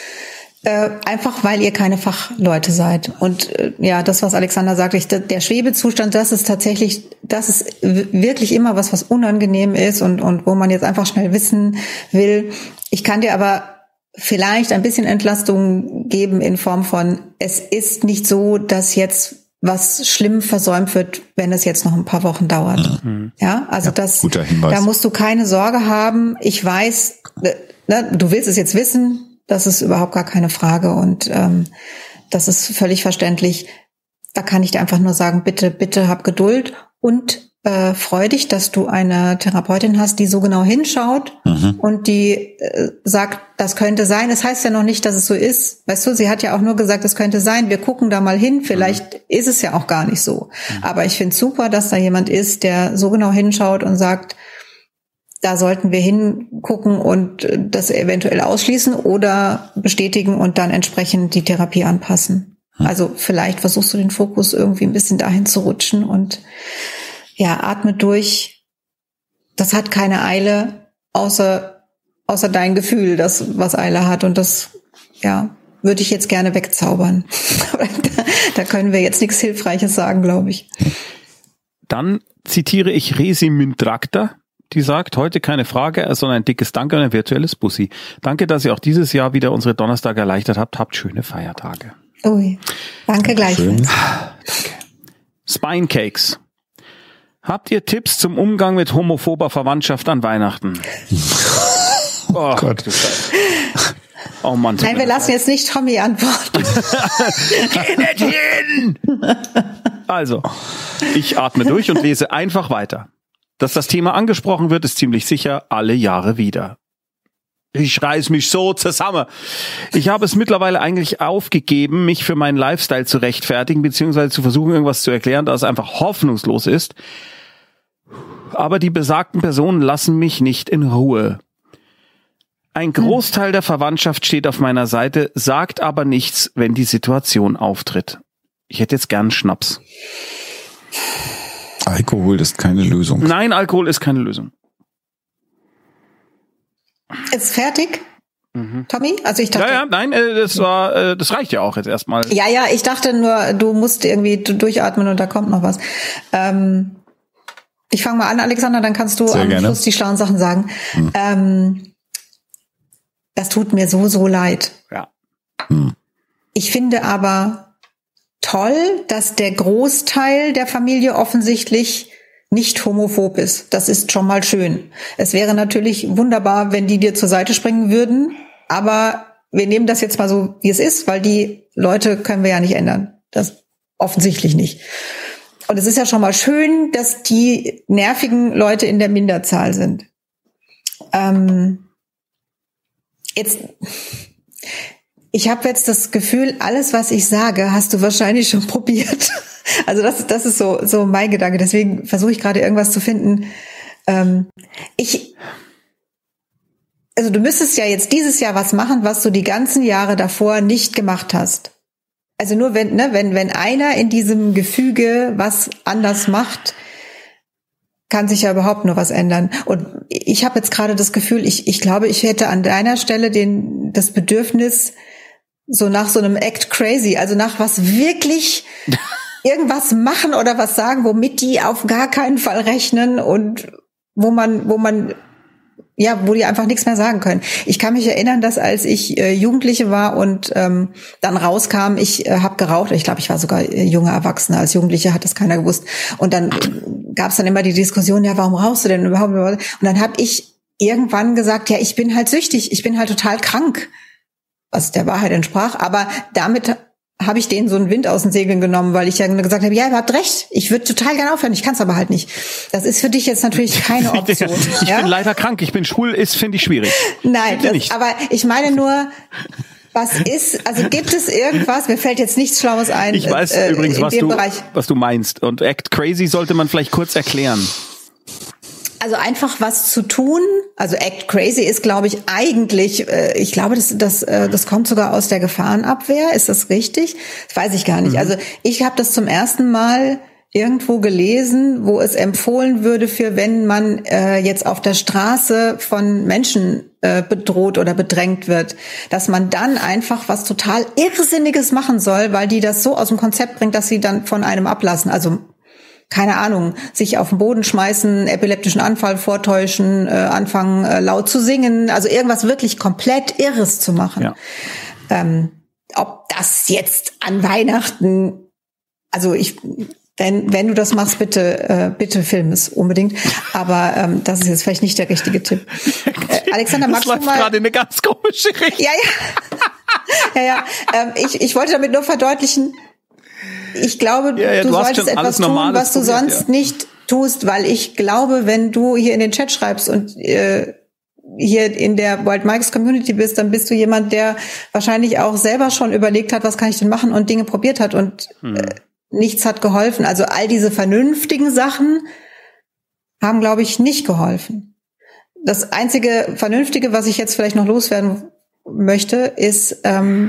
Äh, einfach weil ihr keine Fachleute seid. Und äh, ja, das, was Alexander sagte, ich, der Schwebezustand, das ist tatsächlich, das ist wirklich immer was, was unangenehm ist und, und wo man jetzt einfach schnell wissen will. Ich kann dir aber vielleicht ein bisschen Entlastung geben in Form von, es ist nicht so, dass jetzt was schlimm versäumt wird, wenn es jetzt noch ein paar Wochen dauert. Mhm. Ja, also ja, das, da musst du keine Sorge haben. Ich weiß, ne, du willst es jetzt wissen, das ist überhaupt gar keine Frage und ähm, das ist völlig verständlich. Da kann ich dir einfach nur sagen, bitte, bitte hab Geduld und äh, freu dich, dass du eine Therapeutin hast, die so genau hinschaut mhm. und die äh, sagt, das könnte sein. Das heißt ja noch nicht, dass es so ist. Weißt du, sie hat ja auch nur gesagt, es könnte sein. Wir gucken da mal hin. Vielleicht mhm. ist es ja auch gar nicht so. Mhm. Aber ich finde es super, dass da jemand ist, der so genau hinschaut und sagt, da sollten wir hingucken und das eventuell ausschließen oder bestätigen und dann entsprechend die Therapie anpassen. Mhm. Also vielleicht versuchst du den Fokus irgendwie ein bisschen dahin zu rutschen und ja, atme durch. Das hat keine Eile, außer, außer dein Gefühl, das, was Eile hat. Und das, ja, würde ich jetzt gerne wegzaubern. da, da können wir jetzt nichts Hilfreiches sagen, glaube ich. Dann zitiere ich Resi Mintrakta, die sagt, heute keine Frage, sondern ein dickes Danke und ein virtuelles Bussi. Danke, dass ihr auch dieses Jahr wieder unsere Donnerstage erleichtert habt. Habt schöne Feiertage. Ui, danke gleichfalls. Danke. Spinecakes. Habt ihr Tipps zum Umgang mit homophober Verwandtschaft an Weihnachten? Oh Gott. Oh Mann. Nein, wir lassen jetzt nicht Tommy antworten. Geh nicht hin! Also, ich atme durch und lese einfach weiter. Dass das Thema angesprochen wird, ist ziemlich sicher alle Jahre wieder. Ich reiß mich so zusammen. Ich habe es mittlerweile eigentlich aufgegeben, mich für meinen Lifestyle zu rechtfertigen, beziehungsweise zu versuchen, irgendwas zu erklären, da es einfach hoffnungslos ist. Aber die besagten Personen lassen mich nicht in Ruhe. Ein Großteil der Verwandtschaft steht auf meiner Seite, sagt aber nichts, wenn die Situation auftritt. Ich hätte jetzt gern Schnaps. Alkohol ist keine Lösung. Nein, Alkohol ist keine Lösung. Ist fertig? Mhm. Tommy? Also ich dachte. Ja, ja, nein, das war, das reicht ja auch jetzt erstmal. Ja, ja, ich dachte nur, du musst irgendwie durchatmen und da kommt noch was. Ähm, ich fange mal an, Alexander, dann kannst du Sehr am gerne. Schluss die schlauen Sachen sagen. Hm. Ähm, das tut mir so, so leid. Ja. Hm. Ich finde aber toll, dass der Großteil der Familie offensichtlich nicht homophob ist. Das ist schon mal schön. Es wäre natürlich wunderbar, wenn die dir zur Seite springen würden, aber wir nehmen das jetzt mal so, wie es ist, weil die Leute können wir ja nicht ändern. Das offensichtlich nicht. Und es ist ja schon mal schön, dass die nervigen Leute in der Minderzahl sind. Ähm, jetzt, ich habe jetzt das Gefühl, alles, was ich sage, hast du wahrscheinlich schon probiert. Also das, das ist so, so mein Gedanke. Deswegen versuche ich gerade irgendwas zu finden. Ähm, ich, also du müsstest ja jetzt dieses Jahr was machen, was du die ganzen Jahre davor nicht gemacht hast. Also nur wenn, ne, wenn, wenn einer in diesem Gefüge was anders macht, kann sich ja überhaupt nur was ändern. Und ich habe jetzt gerade das Gefühl, ich, ich glaube, ich hätte an deiner Stelle den, das Bedürfnis, so nach so einem Act Crazy, also nach was wirklich irgendwas machen oder was sagen, womit die auf gar keinen Fall rechnen und wo man, wo man ja, wo die einfach nichts mehr sagen können. Ich kann mich erinnern, dass als ich äh, Jugendliche war und ähm, dann rauskam, ich äh, habe geraucht, ich glaube, ich war sogar äh, junge Erwachsene, als Jugendliche hat das keiner gewusst. Und dann äh, gab es dann immer die Diskussion, ja, warum rauchst du denn überhaupt? Und dann habe ich irgendwann gesagt, ja, ich bin halt süchtig, ich bin halt total krank, was der Wahrheit entsprach. Aber damit habe ich denen so einen Wind aus den Segeln genommen, weil ich ja gesagt habe, ja, ihr habt recht, ich würde total gerne aufhören, ich kann es aber halt nicht. Das ist für dich jetzt natürlich keine Option. Ich ja? bin leider krank, ich bin schwul, ist, finde ich schwierig. Nein, das, aber ich meine nur, was ist, also gibt es irgendwas, mir fällt jetzt nichts Schlaues ein. Ich weiß äh, übrigens, was du, Bereich. was du meinst. Und Act Crazy sollte man vielleicht kurz erklären. Also einfach was zu tun, also Act Crazy ist, glaube ich, eigentlich, äh, ich glaube, das, das, äh, das kommt sogar aus der Gefahrenabwehr, ist das richtig? Das weiß ich gar nicht. Mhm. Also ich habe das zum ersten Mal irgendwo gelesen, wo es empfohlen würde, für wenn man äh, jetzt auf der Straße von Menschen äh, bedroht oder bedrängt wird, dass man dann einfach was total Irrsinniges machen soll, weil die das so aus dem Konzept bringt, dass sie dann von einem ablassen. Also keine Ahnung, sich auf den Boden schmeißen, epileptischen Anfall vortäuschen, äh, anfangen äh, laut zu singen, also irgendwas wirklich komplett Irres zu machen. Ja. Ähm, ob das jetzt an Weihnachten, also ich, wenn wenn du das machst, bitte äh, bitte film es unbedingt. Aber ähm, das ist jetzt vielleicht nicht der richtige Tipp. Äh, Alexander, magst das du mal? Das läuft gerade in eine ganz komische Richtung. Ja, ja, ja, ja. Ähm, ich ich wollte damit nur verdeutlichen. Ich glaube, ja, ja, du, du solltest etwas tun, was du probiert, sonst ja. nicht tust, weil ich glaube, wenn du hier in den Chat schreibst und äh, hier in der Wild Mikes Community bist, dann bist du jemand, der wahrscheinlich auch selber schon überlegt hat, was kann ich denn machen und Dinge probiert hat und hm. äh, nichts hat geholfen. Also all diese vernünftigen Sachen haben, glaube ich, nicht geholfen. Das einzige Vernünftige, was ich jetzt vielleicht noch loswerden möchte, ist, ähm,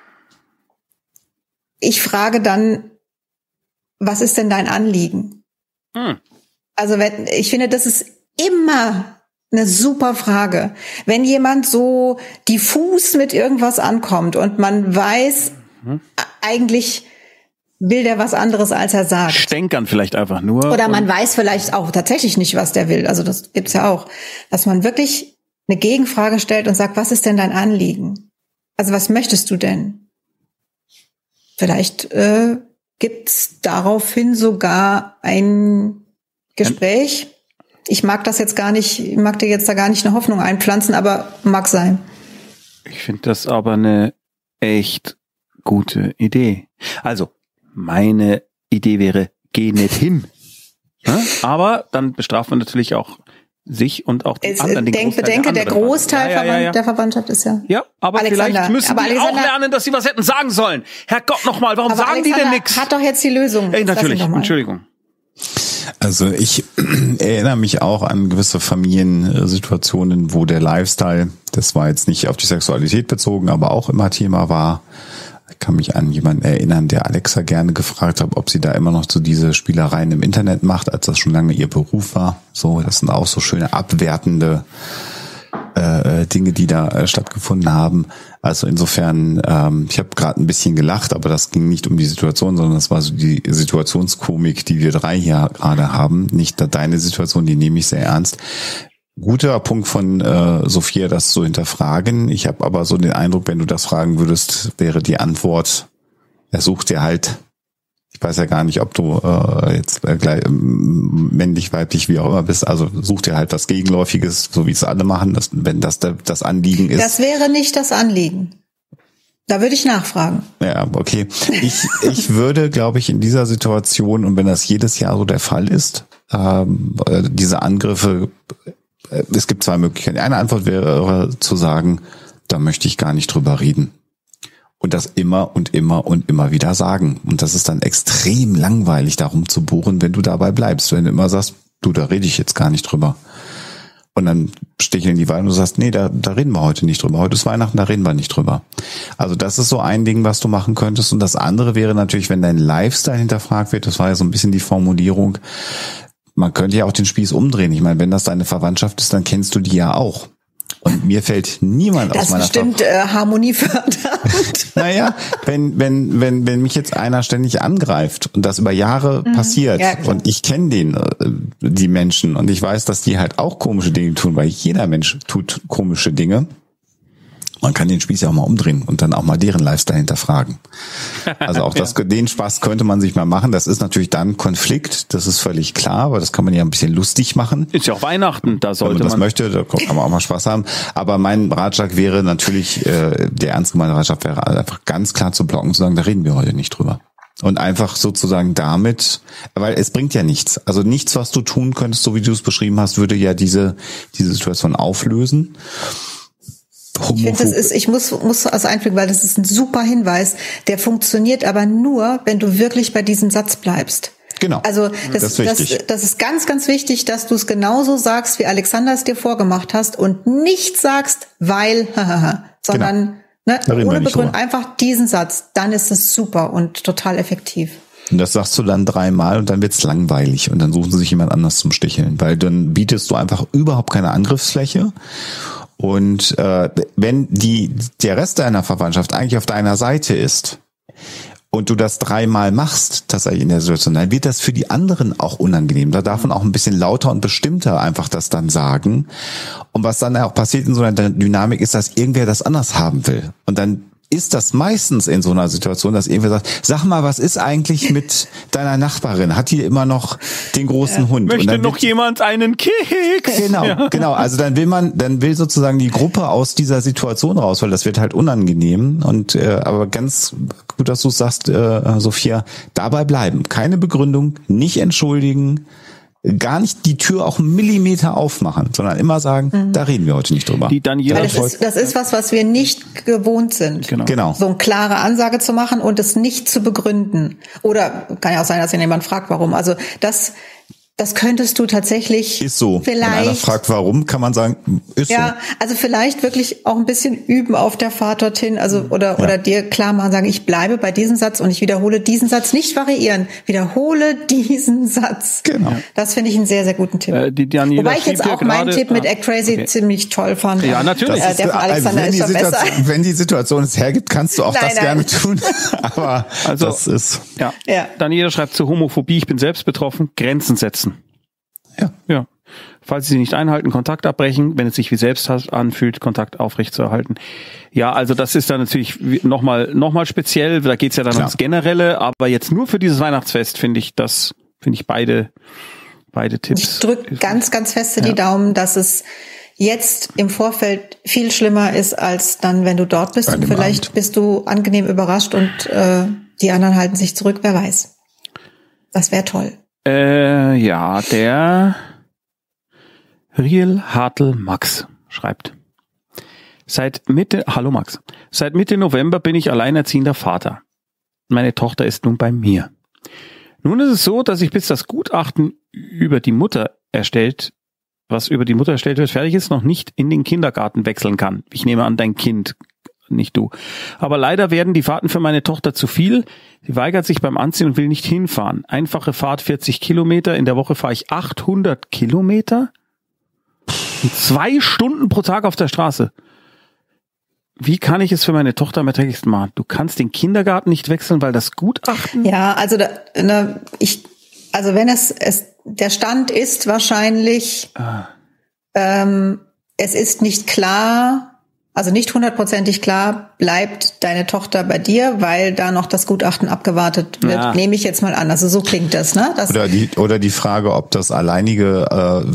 ich frage dann, was ist denn dein Anliegen? Hm. Also wenn, ich finde, das ist immer eine super Frage. Wenn jemand so diffus mit irgendwas ankommt und man weiß, hm. eigentlich will der was anderes, als er sagt. Stänkern vielleicht einfach nur. Oder man weiß vielleicht auch tatsächlich nicht, was der will. Also das gibt's ja auch. Dass man wirklich eine Gegenfrage stellt und sagt, was ist denn dein Anliegen? Also was möchtest du denn? Vielleicht äh, gibt's daraufhin sogar ein Gespräch. Ich mag das jetzt gar nicht, ich mag dir jetzt da gar nicht eine Hoffnung einpflanzen, aber mag sein. Ich finde das aber eine echt gute Idee. Also, meine Idee wäre, geh nicht hin. Ja? Aber dann bestraft man natürlich auch sich und auch die es, anderen. Den denk, bedenke, der, der Großteil ja, ja, ja. der Verwandtschaft ist ja. Ja, aber Alexander. vielleicht müssen aber die auch lernen, dass sie was hätten sagen sollen. Herrgott nochmal, warum sagen Alexander die denn nichts? Hat doch jetzt die Lösung. Ey, natürlich, Entschuldigung. Also ich erinnere mich auch an gewisse Familiensituationen, wo der Lifestyle, das war jetzt nicht auf die Sexualität bezogen, aber auch immer Thema war. Ich kann mich an jemanden erinnern, der Alexa gerne gefragt hat, ob sie da immer noch so diese Spielereien im Internet macht, als das schon lange ihr Beruf war. So, das sind auch so schöne abwertende äh, Dinge, die da äh, stattgefunden haben. Also insofern, ähm, ich habe gerade ein bisschen gelacht, aber das ging nicht um die Situation, sondern das war so die Situationskomik, die wir drei hier gerade haben. Nicht deine Situation, die nehme ich sehr ernst. Guter Punkt von äh, Sophia, das zu hinterfragen. Ich habe aber so den Eindruck, wenn du das fragen würdest, wäre die Antwort, er sucht dir halt, ich weiß ja gar nicht, ob du äh, jetzt äh, gleich, äh, männlich, weiblich, wie auch immer bist, also such dir halt was Gegenläufiges, so wie es alle machen, dass, wenn das das Anliegen ist. Das wäre nicht das Anliegen. Da würde ich nachfragen. Ja, okay. Ich, ich würde, glaube ich, in dieser Situation, und wenn das jedes Jahr so der Fall ist, ähm, diese Angriffe, es gibt zwei Möglichkeiten. Eine Antwort wäre zu sagen, da möchte ich gar nicht drüber reden. Und das immer und immer und immer wieder sagen. Und das ist dann extrem langweilig, darum zu bohren, wenn du dabei bleibst. Wenn du immer sagst, du, da rede ich jetzt gar nicht drüber. Und dann sticheln die Wahl und du sagst, nee, da, da reden wir heute nicht drüber. Heute ist Weihnachten, da reden wir nicht drüber. Also das ist so ein Ding, was du machen könntest. Und das andere wäre natürlich, wenn dein Lifestyle hinterfragt wird, das war ja so ein bisschen die Formulierung, man könnte ja auch den Spieß umdrehen. Ich meine, wenn das deine Verwandtschaft ist, dann kennst du die ja auch. Und mir fällt niemand das aus meiner Das ist bestimmt äh, harmoniefördernd. Naja, wenn, wenn, wenn, wenn mich jetzt einer ständig angreift und das über Jahre mhm. passiert ja, und ich kenne den, die Menschen und ich weiß, dass die halt auch komische Dinge tun, weil jeder Mensch tut komische Dinge. Man kann den Spieß ja auch mal umdrehen und dann auch mal deren Lifestyle hinterfragen. Also auch das, ja. den Spaß könnte man sich mal machen. Das ist natürlich dann Konflikt, das ist völlig klar, aber das kann man ja ein bisschen lustig machen. Ist ja auch Weihnachten, da sollte man. Wenn man das man möchte, da kann man auch mal Spaß haben. Aber mein Ratschlag wäre natürlich, äh, der ernst gemeinte Ratschlag wäre einfach ganz klar zu blocken, zu sagen, da reden wir heute nicht drüber. Und einfach sozusagen damit, weil es bringt ja nichts. Also nichts, was du tun könntest, so wie du es beschrieben hast, würde ja diese, diese Situation auflösen. Ich finde, das ist, ich muss, muss also einfügen, weil das ist ein super Hinweis. Der funktioniert aber nur, wenn du wirklich bei diesem Satz bleibst. Genau. Also, das, das, ist, das, das ist ganz, ganz wichtig, dass du es genauso sagst, wie Alexander es dir vorgemacht hast und nicht sagst, weil, sondern, genau. ne, ohne Begründung einfach diesen Satz. Dann ist es super und total effektiv. Und das sagst du dann dreimal und dann wird's langweilig und dann suchen sie sich jemand anders zum Sticheln, weil dann bietest du einfach überhaupt keine Angriffsfläche. Und äh, wenn die der Rest deiner Verwandtschaft eigentlich auf deiner Seite ist und du das dreimal machst, tatsächlich in der Situation, dann wird das für die anderen auch unangenehm. Da darf man auch ein bisschen lauter und bestimmter einfach das dann sagen. Und was dann auch passiert in so einer Dynamik ist, dass irgendwer das anders haben will. Und dann ist das meistens in so einer Situation, dass irgendwer sagt, sag mal, was ist eigentlich mit deiner Nachbarin? Hat die immer noch den großen ja, Hund? Möchte und dann noch wird, jemand einen Keks? Genau, ja. genau. Also dann will man, dann will sozusagen die Gruppe aus dieser Situation raus, weil das wird halt unangenehm. Und äh, aber ganz gut, dass du es sagst, äh, Sophia, dabei bleiben. Keine Begründung, nicht entschuldigen, gar nicht die Tür auch einen Millimeter aufmachen, sondern immer sagen, mhm. da reden wir heute nicht drüber. Die dann jeder das, ist, das ist was, was wir nicht gewohnt sind. Genau. genau. So eine klare Ansage zu machen und es nicht zu begründen. Oder kann ja auch sein, dass jemand fragt, warum. Also das, das könntest du tatsächlich ist so. Vielleicht, wenn einer fragt, warum, kann man sagen, ist ja, so. Ja, also vielleicht wirklich auch ein bisschen üben auf der Fahrt dorthin, also oder ja. oder dir klar machen, sagen, ich bleibe bei diesem Satz und ich wiederhole diesen Satz, nicht variieren, wiederhole diesen Satz. Genau. Das finde ich einen sehr, sehr guten Tipp. Äh, die Daniela Wobei ich jetzt auch meinen Tipp mit Act Crazy okay. ziemlich toll fand. Ja, natürlich. Äh, der von Alexander ist, ist schon besser. Wenn die Situation es hergibt, kannst du auch nein, das nein. gerne tun. Aber also, das ist... Ja. ja. Daniela schreibt zu Homophobie, ich bin selbst betroffen, Grenzen setzen. Ja. Ja. Falls Sie nicht einhalten, Kontakt abbrechen, wenn es sich wie Selbsthass anfühlt, Kontakt aufrechtzuerhalten. Ja, also das ist dann natürlich nochmal noch mal speziell, da geht's ja dann Klar. ums Generelle, aber jetzt nur für dieses Weihnachtsfest finde ich das, finde ich beide, beide Tipps. Ich drücke ganz, ganz feste ja. die Daumen, dass es jetzt im Vorfeld viel schlimmer ist, als dann, wenn du dort bist. Und vielleicht Abend. bist du angenehm überrascht und äh, die anderen halten sich zurück, wer weiß. Das wäre toll. Äh, ja, der Riel Hartl Max schreibt. Seit Mitte, hallo Max, seit Mitte November bin ich alleinerziehender Vater. Meine Tochter ist nun bei mir. Nun ist es so, dass ich bis das Gutachten über die Mutter erstellt, was über die Mutter erstellt wird, fertig ist, noch nicht in den Kindergarten wechseln kann. Ich nehme an, dein Kind, nicht du. Aber leider werden die Fahrten für meine Tochter zu viel. Sie weigert sich beim Anziehen und will nicht hinfahren. Einfache Fahrt vierzig Kilometer. In der Woche fahre ich achthundert Kilometer. Und zwei Stunden pro Tag auf der Straße. Wie kann ich es für meine Tochter am erträglichsten machen? Du kannst den Kindergarten nicht wechseln, weil das Gutachten... Ja, also da, ne, ich, also wenn es, es der Stand ist wahrscheinlich, ah. ähm, es ist nicht klar, also nicht hundertprozentig klar, bleibt deine Tochter bei dir, weil da noch das Gutachten abgewartet wird, ja. nehme ich jetzt mal an. Also so klingt das, ne? Das oder die oder die Frage, ob das alleinige äh,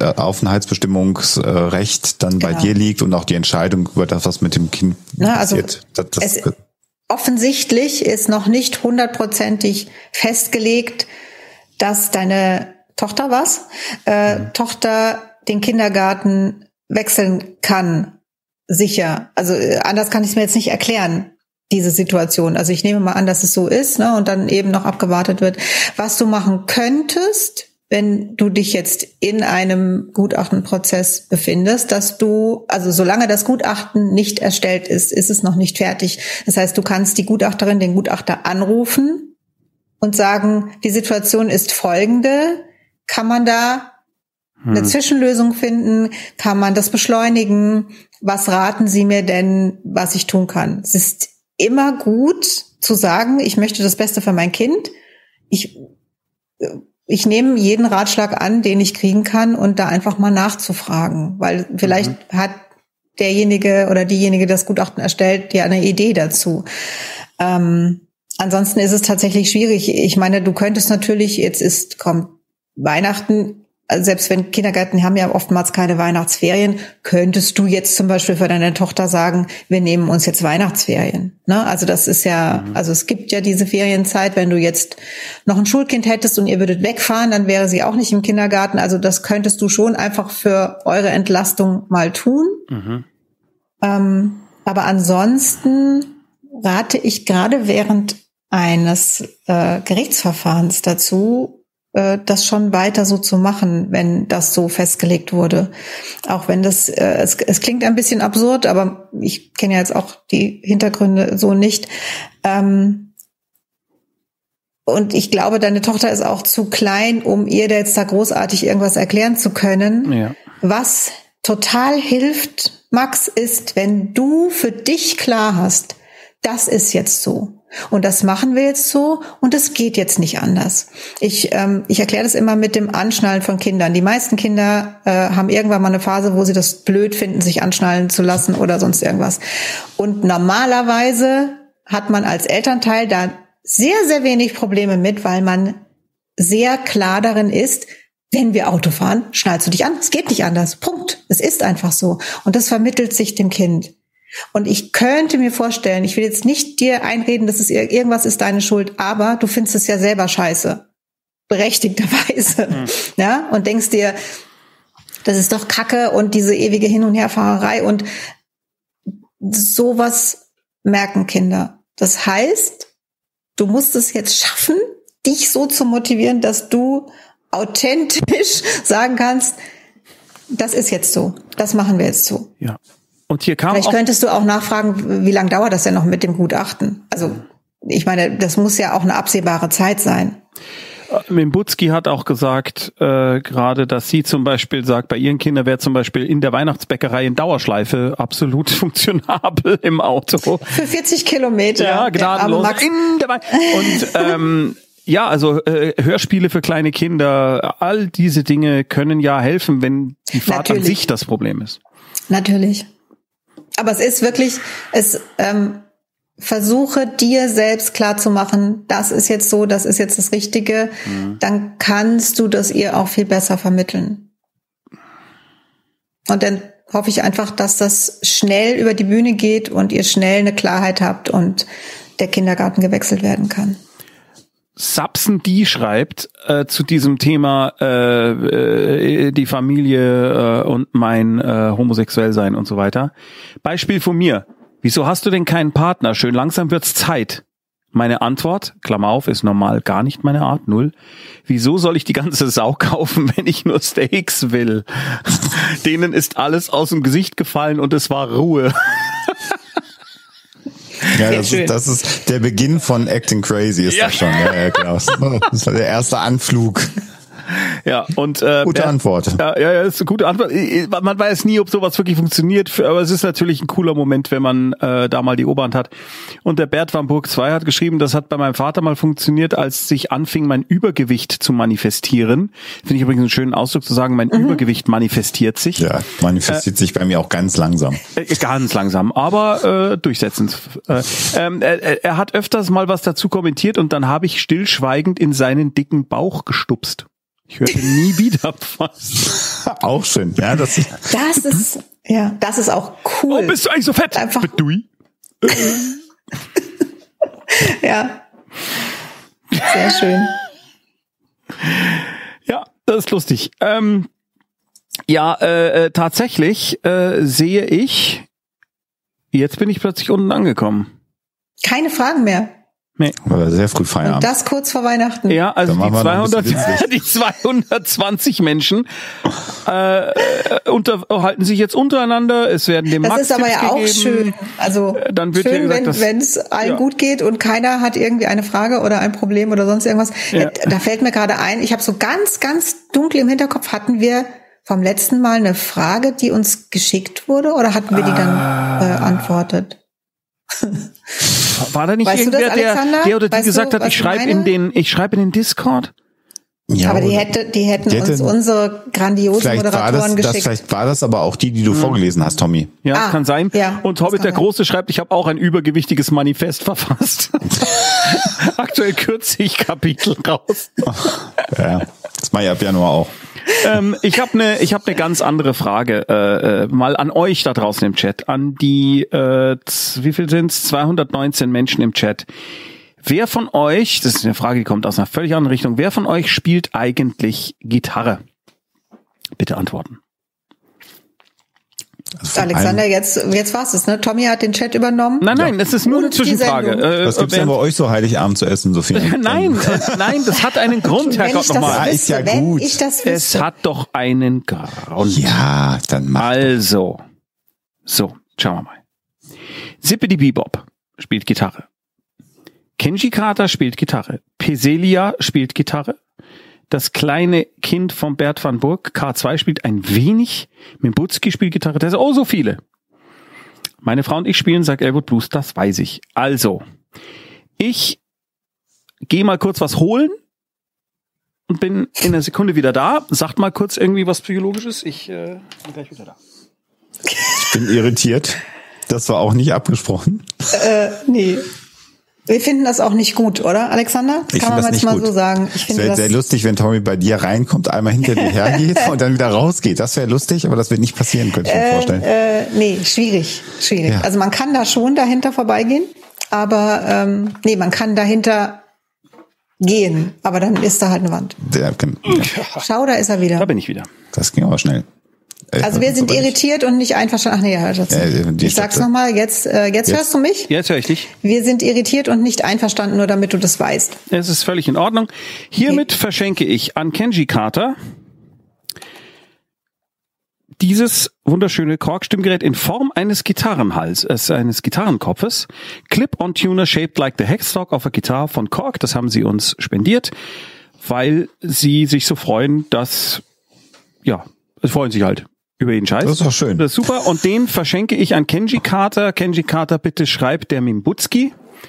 Selbstaufenthaltsbestimmungsrecht dann genau. bei dir liegt und auch die Entscheidung über das, was mit dem Kind Na, also passiert. Das, das, es, offensichtlich ist noch nicht hundertprozentig festgelegt, dass deine Tochter was? Äh, mhm. Tochter den Kindergarten wechseln kann. Sicher. Also äh, anders kann ich es mir jetzt nicht erklären, diese Situation. Also ich nehme mal an, dass es so ist, ne, und dann eben noch abgewartet wird. Was du machen könntest, wenn du dich jetzt in einem Gutachtenprozess befindest, dass du, also solange das Gutachten nicht erstellt ist, ist es noch nicht fertig. Das heißt, du kannst die Gutachterin, den Gutachter anrufen und sagen, die Situation ist folgende, kann man da eine hm. Zwischenlösung finden? Kann man das beschleunigen? Was raten Sie mir denn, was ich tun kann? Es ist immer gut zu sagen, ich möchte das Beste für mein Kind. Ich, ich nehme jeden Ratschlag an, den ich kriegen kann und da einfach mal nachzufragen, weil vielleicht mhm. hat derjenige oder diejenige, das Gutachten erstellt, ja eine Idee dazu. Ähm, ansonsten ist es tatsächlich schwierig. Ich meine, du könntest natürlich, jetzt ist, kommt Weihnachten, also selbst wenn Kindergärten haben ja oftmals keine Weihnachtsferien, könntest du jetzt zum Beispiel für deine Tochter sagen, wir nehmen uns jetzt Weihnachtsferien. Ne? Also das ist ja, mhm. also es gibt ja diese Ferienzeit, wenn du jetzt noch ein Schulkind hättest und ihr würdet wegfahren, dann wäre sie auch nicht im Kindergarten. Also das könntest du schon einfach für eure Entlastung mal tun. Mhm. Ähm, aber ansonsten rate ich gerade während eines äh, Gerichtsverfahrens dazu, das schon weiter so zu machen, wenn das so festgelegt wurde. Auch wenn das, äh, es, es klingt ein bisschen absurd, aber ich kenne ja jetzt auch die Hintergründe so nicht. Ähm, und ich glaube, deine Tochter ist auch zu klein, um ihr da jetzt da großartig irgendwas erklären zu können. Ja. Was total hilft, Max, ist, wenn du für dich klar hast, das ist jetzt so. Und das machen wir jetzt so und es geht jetzt nicht anders. Ich ähm, ich erkläre das immer mit dem Anschnallen von Kindern. Die meisten Kinder äh, haben irgendwann mal eine Phase, wo sie das blöd finden, sich anschnallen zu lassen oder sonst irgendwas. Und normalerweise hat man als Elternteil da sehr, sehr wenig Probleme mit, weil man sehr klar darin ist, wenn wir Auto fahren, schnallst du dich an. Es geht nicht anders. Punkt. Es ist einfach so. Und das vermittelt sich dem Kind. Und ich könnte mir vorstellen, ich will jetzt nicht dir einreden, dass es irgendwas ist deine Schuld, aber du findest es ja selber scheiße. Berechtigterweise. Mhm. Ja? Und denkst dir, das ist doch Kacke und diese ewige Hin- und Herfahrerei und sowas merken Kinder. Das heißt, du musst es jetzt schaffen, dich so zu motivieren, dass du authentisch sagen kannst, das ist jetzt so, das machen wir jetzt so. Ja. Und hier kam Vielleicht auch könntest du auch nachfragen, wie lange dauert das denn noch mit dem Gutachten? Also ich meine, das muss ja auch eine absehbare Zeit sein. Mimbutski hat auch gesagt, äh, gerade, dass sie zum Beispiel sagt, bei ihren Kindern wäre zum Beispiel in der Weihnachtsbäckerei in Dauerschleife absolut funktionabel im Auto. Für vierzig Kilometer. Ja, gnadenlos. In der Und ähm, ja, also äh, Hörspiele für kleine Kinder, all diese Dinge können ja helfen, wenn die Fahrt Natürlich. an sich das Problem ist. Natürlich. Aber es ist wirklich, es ähm, versuche dir selbst klarzumachen, das ist jetzt so, das ist jetzt das Richtige, mhm. dann kannst du das ihr auch viel besser vermitteln. Und dann hoffe ich einfach, dass das schnell über die Bühne geht und ihr schnell eine Klarheit habt und der Kindergarten gewechselt werden kann. Sapsen die schreibt äh, zu diesem Thema äh, äh, die Familie äh, und mein äh, Homosexuellsein und so weiter. Beispiel von mir. Wieso hast du denn keinen Partner? Schön langsam wird's Zeit. Meine Antwort, Klammer auf, ist normal gar nicht meine Art, null. Wieso soll ich die ganze Sau kaufen, wenn ich nur Steaks will? Denen ist alles aus dem Gesicht gefallen und es war Ruhe. Ja, das ist, das ist der Beginn von Acting Crazy, ist ja. das schon. Ja, ja, klar. Das war der erste Anflug. Ja, und äh, gute ja, Antwort. Ja, ja, ist eine gute Antwort. Man weiß nie, ob sowas wirklich funktioniert, aber es ist natürlich ein cooler Moment, wenn man äh, da mal die Oberhand hat. Und der Bert van Burg zwei hat geschrieben, das hat bei meinem Vater mal funktioniert, als sich anfing, mein Übergewicht zu manifestieren. Finde ich übrigens einen schönen Ausdruck zu sagen, mein mhm. Übergewicht manifestiert sich. Ja, manifestiert äh, sich bei mir auch ganz langsam. Äh, ganz langsam, aber äh, durchsetzend. Äh, äh, er, er hat öfters mal was dazu kommentiert und dann habe ich stillschweigend in seinen dicken Bauch gestupst. Ich hörte nie wieder was. Auch schön, ja, das ist. Das ist, ja, das ist auch cool. Oh, bist du eigentlich so fett? Einfach. Bedui. Ja. Sehr schön. Ja, das ist lustig. Ähm, ja, äh, tatsächlich äh, sehe ich, jetzt bin ich plötzlich unten angekommen. Keine Fragen mehr. Nee. Aber sehr früh Feierabend. Und das kurz vor Weihnachten. Ja, also die, zweihundert, die zweihundertzwanzig Menschen äh, unterhalten sich jetzt untereinander. Es werden dem Max Das ist aber ja auch gegeben. schön. Also dann wird schön, ja gesagt, wenn es allen ja. gut geht und keiner hat irgendwie eine Frage oder ein Problem oder sonst irgendwas. Ja. Da fällt mir gerade ein, ich habe so ganz, ganz dunkel im Hinterkopf, hatten wir vom letzten Mal eine Frage, die uns geschickt wurde, oder hatten wir die dann ah. beantwortet? War da nicht weißt irgendwer, das, der, der oder die weißt gesagt du, hat, ich schreibe in den, ich schreibe in den Discord? Ja, aber die hätte, die hätten die uns hätte, unsere grandiosen Moderatoren war das, geschickt. Das, vielleicht war das aber auch die, die du hm. vorgelesen hast, Tommy. Ja, ah, das kann sein. Ja, und Hobbit der Große schreibt, ich habe auch ein übergewichtiges Manifest verfasst. Aktuell kürze ich Kapitel raus. Ja, das mache ich ab Januar auch. ähm, ich habe eine, ich habe eine ganz andere Frage äh, äh, mal an euch da draußen im Chat, an die äh, wie viel sind's? zweihundertneunzehn Menschen im Chat. Wer von euch, das ist eine Frage, die kommt aus einer völlig anderen Richtung, wer von euch spielt eigentlich Gitarre? Bitte antworten. Also Alexander, jetzt, jetzt war's es, ne? Tommy hat den Chat übernommen. Nein, nein, das ist nur eine Zwischenfrage. Äh, Was gibt's denn bei euch so Heiligabend zu essen, Sophie? Nein, äh, nein, das hat einen Grund, Herrgott, nochmal. Ja, ist ja gut. Ich das es hat doch einen Grund. Ja, dann mach Also, so, schauen wir mal. Zippity Bebop spielt Gitarre. Kenji Carter spielt Gitarre. Peselia spielt Gitarre. Das kleine Kind von Bert van Burg, K zwei, spielt ein wenig. Mimbutski spielt Gitarre. Das sind oh so viele. Meine Frau und ich spielen, sagt Elwood Blues, das weiß ich. Also, ich gehe mal kurz was holen und bin in einer Sekunde wieder da. Sagt mal kurz irgendwie was Psychologisches. Ich äh, bin gleich wieder da. Ich bin irritiert. Das war auch nicht abgesprochen. Äh, nee. Wir finden das auch nicht gut, oder, Alexander? Das ich kann man jetzt mal gut. so sagen. Ich es finde wäre das sehr lustig, wenn Tommy bei dir reinkommt, einmal hinter dir hergeht und dann wieder rausgeht. Das wäre lustig, aber das wird nicht passieren, könnte ich mir äh, vorstellen. Äh, nee, schwierig, schwierig. Ja. Also man kann da schon dahinter vorbeigehen, aber ähm, nee, man kann dahinter gehen, aber dann ist da halt eine Wand. Der, ja. Schau, da ist er wieder. Da bin ich wieder. Das ging aber schnell. Also wir sind irritiert und nicht einverstanden. Ach nee, ja, das ja, ich sag's nochmal, jetzt, äh, jetzt, jetzt hörst du mich? Jetzt höre ich dich. Wir sind irritiert und nicht einverstanden, nur damit du das weißt. Es ist völlig in Ordnung. Hiermit okay. verschenke ich an Kenji Carter dieses wunderschöne Korg-Stimmgerät in Form eines Gitarrenhals, äh, eines Gitarrenkopfes. Clip-on-Tuner shaped like the headstock of a guitar von Korg. Das haben sie uns spendiert, weil sie sich so freuen, dass, ja, sie freuen sich halt über jeden Scheiß. Das ist doch schön. Das ist super. Und den verschenke ich an Kenji Carter. Kenji Carter, bitte schreibt der Mimbutski.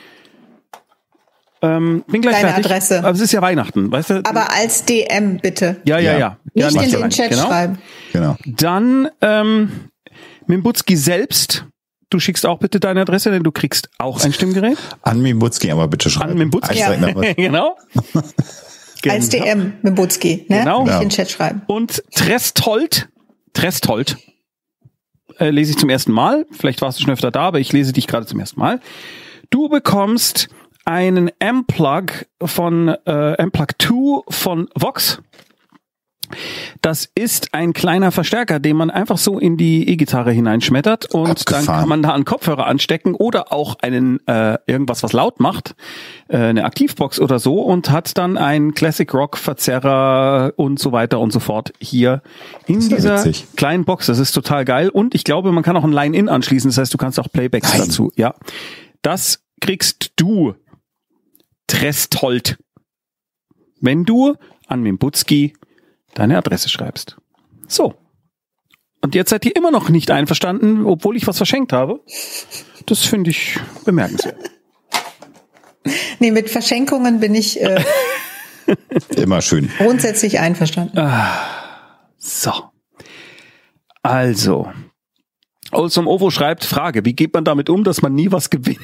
Ähm, bin gleich Deine fertig. Adresse. Aber es ist ja Weihnachten, weißt du? Aber als D M bitte. Ja, ja, ja. ja. Nicht ja, in den Chat genau. schreiben. Genau. Dann ähm, Mimbutski selbst. Du schickst auch bitte deine Adresse, denn du kriegst auch ein Stimmgerät. An Mimbutski, aber bitte schreiben. An Mimbutski. Ja. Genau. Als D M Mimbutski, ne? Genau. Nicht Ja. in den Chat schreiben. Und Trestold, Trestold, äh, lese ich zum ersten Mal. Vielleicht warst du schon öfter da, aber ich lese dich gerade zum ersten Mal. Du bekommst einen Amplug von äh, Amplug zwei von Vox. Das ist ein kleiner Verstärker, den man einfach so in die E-Gitarre hineinschmettert und Abgefahren. dann kann man da einen Kopfhörer anstecken oder auch einen äh, irgendwas, was laut macht, äh, eine Aktivbox oder so und hat dann einen Classic Rock Verzerrer und so weiter und so fort hier in Das ist ja dieser witzig. kleinen Box. Das ist total geil und ich glaube, man kann auch ein Line-In anschließen, das heißt, du kannst auch Playbacks Nein. dazu. Ja, das kriegst du, Trestold, wenn du an Mimbutski deine Adresse schreibst. So. Und jetzt seid ihr immer noch nicht einverstanden, obwohl ich was verschenkt habe. Das finde ich bemerkenswert. Nee, mit Verschenkungen bin ich äh, Immer schön. grundsätzlich einverstanden. So. Also. Olsom Ovo schreibt, Frage, wie geht man damit um, dass man nie was gewinnt?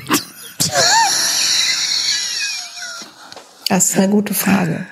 Das ist eine gute Frage.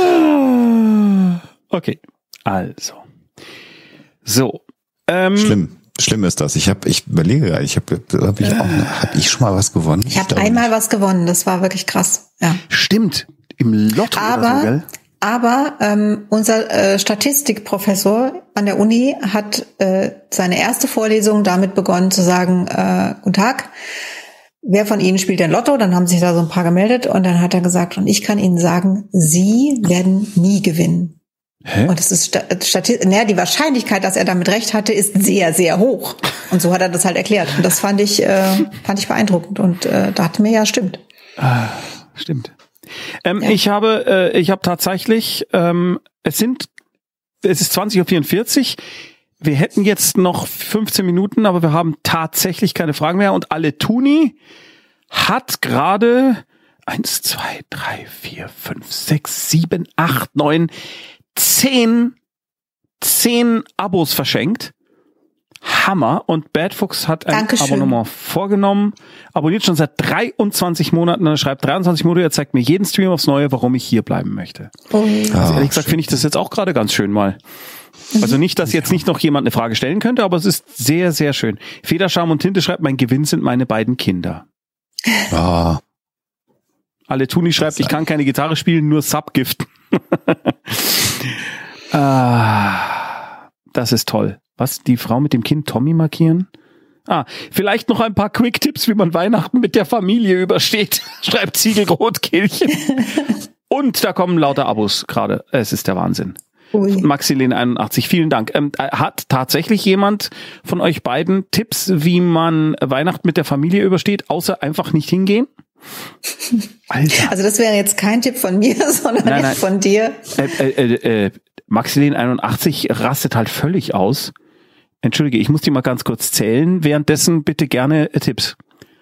Okay, also. So. Ähm, Schlimm. Schlimm ist das. Ich habe, ich überlege, ich habe, habe ich auch, habe ich schon mal was gewonnen? Ich habe glaube einmal nicht. was gewonnen, das war wirklich krass. Ja. Stimmt, im Lotto Aber, oder so, gell? aber ähm, unser äh, Statistikprofessor an der Uni hat äh, seine erste Vorlesung damit begonnen zu sagen, äh, guten Tag, wer von Ihnen spielt denn Lotto? Dann haben sich da so ein paar gemeldet und dann hat er gesagt, und ich kann Ihnen sagen, Sie werden nie gewinnen. Hä? Und es ist Stati- naja, die Wahrscheinlichkeit, dass er damit recht hatte, ist sehr, sehr hoch. Und so hat er das halt erklärt. Und das fand ich, äh, fand ich beeindruckend. Und äh, dachte mir, ja, stimmt. Ah, stimmt. Ähm, Ja. Ich habe, äh, ich habe tatsächlich, ähm, es sind es ist zwanzig Uhr vierundvierzig. Wir hätten jetzt noch fünfzehn Minuten, aber wir haben tatsächlich keine Fragen mehr. Und alle Tuni hat gerade eins, zwei, drei, vier, fünf, sechs, sieben, acht, neun, zehn, zehn Abos verschenkt. Hammer. Und Badfuchs hat ein Dankeschön. Abonnement vorgenommen. Abonniert schon seit dreiundzwanzig Monaten. Er schreibt dreiundzwanzig Monate. Er zeigt mir jeden Stream aufs Neue, warum ich hier bleiben möchte. Oh. Also ehrlich gesagt finde ich das jetzt auch gerade ganz schön mal. Also nicht, dass jetzt nicht noch jemand eine Frage stellen könnte, aber es ist sehr, sehr schön. Federscham und Tinte schreibt, mein Gewinn sind meine beiden Kinder. Ah. Alle Tuni schreibt, ich kann keine Gitarre spielen, nur Subgiften. ah, das ist toll. Was, die Frau mit dem Kind Tommy markieren? Ah, vielleicht noch ein paar Quick-Tipps, wie man Weihnachten mit der Familie übersteht, schreibt Ziegelrotkirchen. Und da kommen lauter Abos gerade. Es ist der Wahnsinn. Maxilene einundachtzig, vielen Dank. Ähm, hat tatsächlich jemand von euch beiden Tipps, wie man Weihnachten mit der Familie übersteht, außer einfach nicht hingehen? Alter. Also das wäre jetzt kein Tipp von mir, sondern nein, nein. von dir. Äh, äh, äh, Maxilene einundachtzig rastet halt völlig aus. Entschuldige, ich muss die mal ganz kurz zählen. Währenddessen bitte gerne äh, Tipps.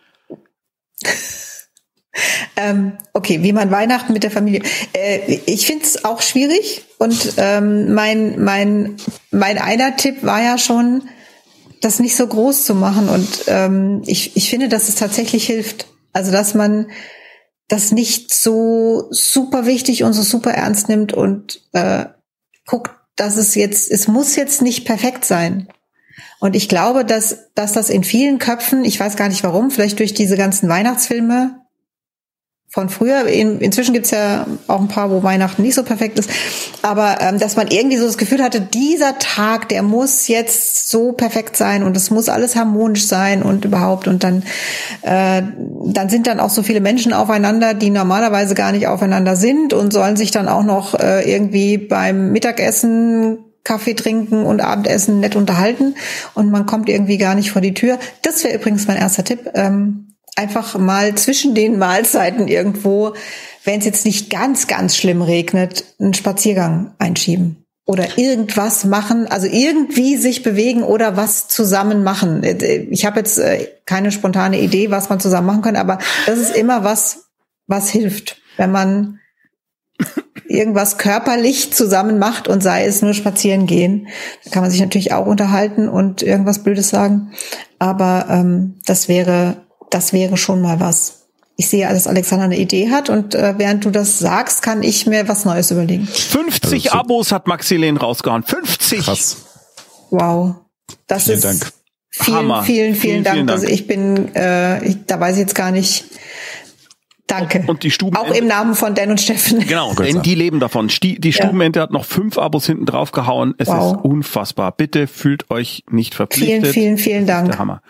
ähm, okay, wie man Weihnachten mit der Familie. Äh, ich finde es auch schwierig. Und ähm, mein mein mein einer Tipp war ja schon, das nicht so groß zu machen. Und ähm, ich ich finde, dass es tatsächlich hilft. Also dass man das nicht so super wichtig und so super ernst nimmt und äh, guckt, dass es jetzt, es muss jetzt nicht perfekt sein. Und ich glaube, dass, dass das in vielen Köpfen, ich weiß gar nicht warum, vielleicht durch diese ganzen Weihnachtsfilme von früher, in, inzwischen gibt's ja auch ein paar, wo Weihnachten nicht so perfekt ist, aber ähm, dass man irgendwie so das Gefühl hatte, dieser Tag, der muss jetzt so perfekt sein und es muss alles harmonisch sein und überhaupt und dann äh, dann sind dann auch so viele Menschen aufeinander, die normalerweise gar nicht aufeinander sind und sollen sich dann auch noch äh, irgendwie beim Mittagessen Kaffee trinken und Abendessen nett unterhalten und man kommt irgendwie gar nicht vor die Tür. Das wäre übrigens mein erster Tipp. Ähm, einfach mal zwischen den Mahlzeiten irgendwo, wenn es jetzt nicht ganz, ganz schlimm regnet, einen Spaziergang einschieben. Oder irgendwas machen, also irgendwie sich bewegen oder was zusammen machen. Ich habe jetzt keine spontane Idee, was man zusammen machen kann, aber das ist immer was, was hilft, wenn man irgendwas körperlich zusammen macht und sei es nur spazieren gehen. Da kann man sich natürlich auch unterhalten und irgendwas Blödes sagen. Aber ähm, das wäre das wäre schon mal was. Ich sehe, dass Alexander eine Idee hat und äh, während du das sagst, kann ich mir was Neues überlegen. fünfzig also, Abos hat Maxilene rausgehauen. fünfzig! Krass. Wow. Das vielen ist Dank. Vielen, Hammer. vielen, vielen, vielen Dank. Vielen Dank. Also ich bin, äh, ich, da weiß ich jetzt gar nicht. Danke. Und die Stuben auch im Namen von Dan und Steffen. Genau, denn die leben davon. Die, die Stubenente ja. hat noch fünf Abos hinten drauf gehauen. Es wow. ist unfassbar. Bitte fühlt euch nicht verpflichtet. Vielen, vielen, vielen Dank. Das ist der Hammer.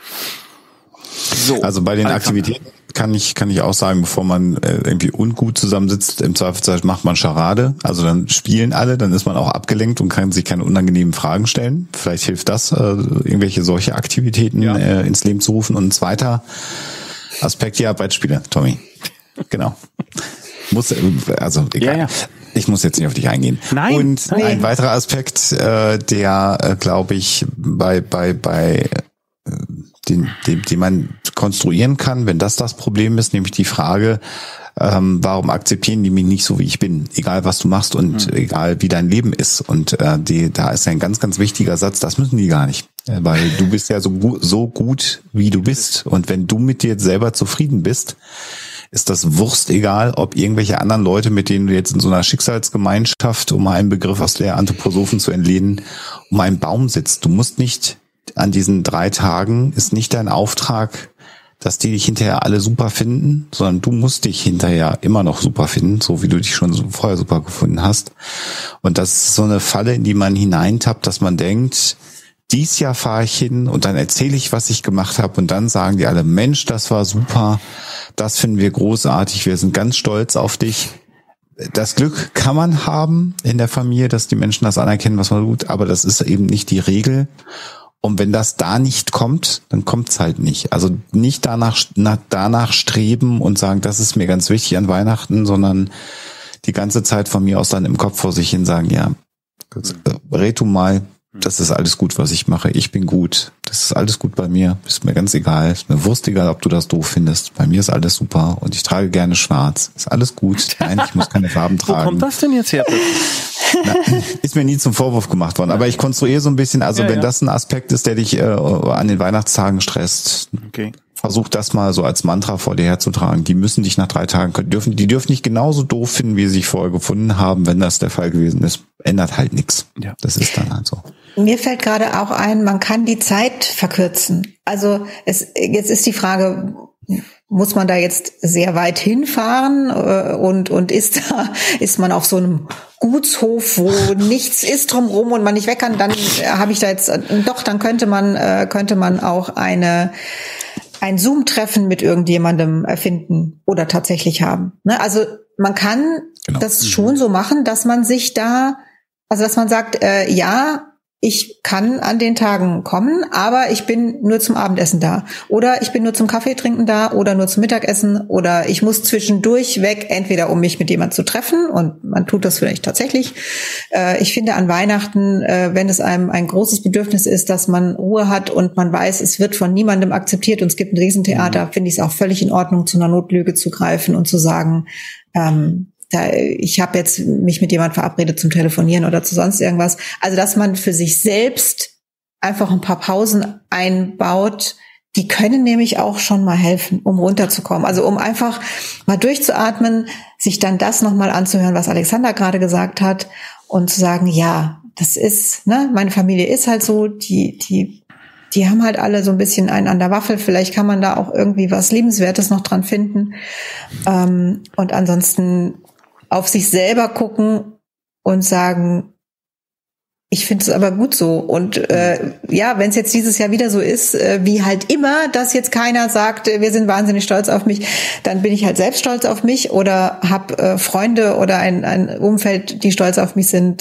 So, also bei den Alexander. Aktivitäten kann ich kann ich auch sagen, bevor man äh, irgendwie ungut zusammensitzt, im Zweifelsfall macht man Charade. Also dann spielen alle, dann ist man auch abgelenkt und kann sich keine unangenehmen Fragen stellen. Vielleicht hilft das, äh, irgendwelche solche Aktivitäten ja. äh, ins Leben zu rufen. Und ein zweiter Aspekt, ja, Brettspiele, Tommy. Genau. Muss, also egal. Ja, ja. Ich muss jetzt nicht auf dich eingehen. Nein. Und nein. ein weiterer Aspekt, äh, der, äh, glaube ich, bei bei bei äh, den, den, den man konstruieren kann, wenn das das Problem ist, nämlich die Frage, ähm, warum akzeptieren die mich nicht so, wie ich bin, egal was du machst und mhm. egal wie dein Leben ist. Und äh, die, da ist ein ganz, ganz wichtiger Satz, das müssen die gar nicht, weil du bist ja so gut, so gut, wie du bist. Und wenn du mit dir selber zufrieden bist, ist das Wurst egal, ob irgendwelche anderen Leute, mit denen du jetzt in so einer Schicksalsgemeinschaft, um einen Begriff aus der Anthroposophen zu entlehnen, um einen Baum sitzt. Du musst nicht an diesen drei Tagen, ist nicht dein Auftrag, dass die dich hinterher alle super finden, sondern du musst dich hinterher immer noch super finden, so wie du dich schon vorher super gefunden hast. Und das ist so eine Falle, in die man hineintappt, dass man denkt, dies Jahr fahre ich hin und dann erzähle ich, was ich gemacht habe und dann sagen die alle, Mensch, das war super, das finden wir großartig, wir sind ganz stolz auf dich. Das Glück kann man haben in der Familie, dass die Menschen das anerkennen, was man tut, aber das ist eben nicht die Regel. Und wenn das da nicht kommt, dann kommt's halt nicht. Also nicht danach, nach, danach streben und sagen, das ist mir ganz wichtig an Weihnachten, sondern die ganze Zeit von mir aus dann im Kopf vor sich hin sagen, ja, red du mal, das ist alles gut, was ich mache. Ich bin gut. Das ist alles gut bei mir. Ist mir ganz egal. Ist mir Wurst egal, ob du das doof findest. Bei mir ist alles super und ich trage gerne schwarz. Ist alles gut. Nein, ich muss keine Farben tragen. Wo kommt das denn jetzt her? Na, ist mir nie zum Vorwurf gemacht worden. Aber ich konstruiere so ein bisschen, also ja, wenn ja. das ein Aspekt ist, der dich äh, an den Weihnachtstagen stresst, okay. versuch das mal so als Mantra vor dir herzutragen. Die müssen dich nach drei Tagen, können, dürfen, die dürfen dich genauso doof finden, wie sie sich vorher gefunden haben. Wenn das der Fall gewesen ist, ändert halt nichts. Ja. Das ist dann halt so. Mir fällt gerade auch ein, man kann die Zeit verkürzen. Also es, jetzt ist die Frage, muss man da jetzt sehr weit hinfahren äh, und und ist da ist man auf so einem Gutshof, wo nichts ist drumherum und man nicht weg kann, dann äh, habe ich da jetzt äh, doch, dann könnte man äh, könnte man auch eine ein Zoom-Treffen mit irgendjemandem erfinden oder tatsächlich haben. Ne? Also man kann genau. das schon so machen, dass man sich da, also dass man sagt, äh, ja, ich kann an den Tagen kommen, aber ich bin nur zum Abendessen da. Oder ich bin nur zum Kaffee trinken da oder nur zum Mittagessen. Oder ich muss zwischendurch weg, entweder um mich mit jemand zu treffen, und man tut das vielleicht tatsächlich. Äh, ich finde an Weihnachten, äh, wenn es einem ein großes Bedürfnis ist, dass man Ruhe hat und man weiß, es wird von niemandem akzeptiert und es gibt ein Riesentheater, mhm. finde ich es auch völlig in Ordnung, zu einer Notlüge zu greifen und zu sagen, ähm, Da, ich habe jetzt mich mit jemand verabredet zum Telefonieren oder zu sonst irgendwas. Also, dass man für sich selbst einfach ein paar Pausen einbaut, die können nämlich auch schon mal helfen, um runterzukommen. Also, um einfach mal durchzuatmen, sich dann das nochmal anzuhören, was Alexander gerade gesagt hat, und zu sagen, ja, das ist, ne, meine Familie ist halt so, die, die, die haben halt alle so ein bisschen einen an der Waffel. Vielleicht kann man da auch irgendwie was Liebenswertes noch dran finden. Ähm, und ansonsten auf sich selber gucken und sagen, ich finde es aber gut so. Und äh, ja, wenn es jetzt dieses Jahr wieder so ist, äh, wie halt immer, dass jetzt keiner sagt, äh, wir sind wahnsinnig stolz auf mich, dann bin ich halt selbst stolz auf mich oder habe äh, Freunde oder ein, ein Umfeld, die stolz auf mich sind.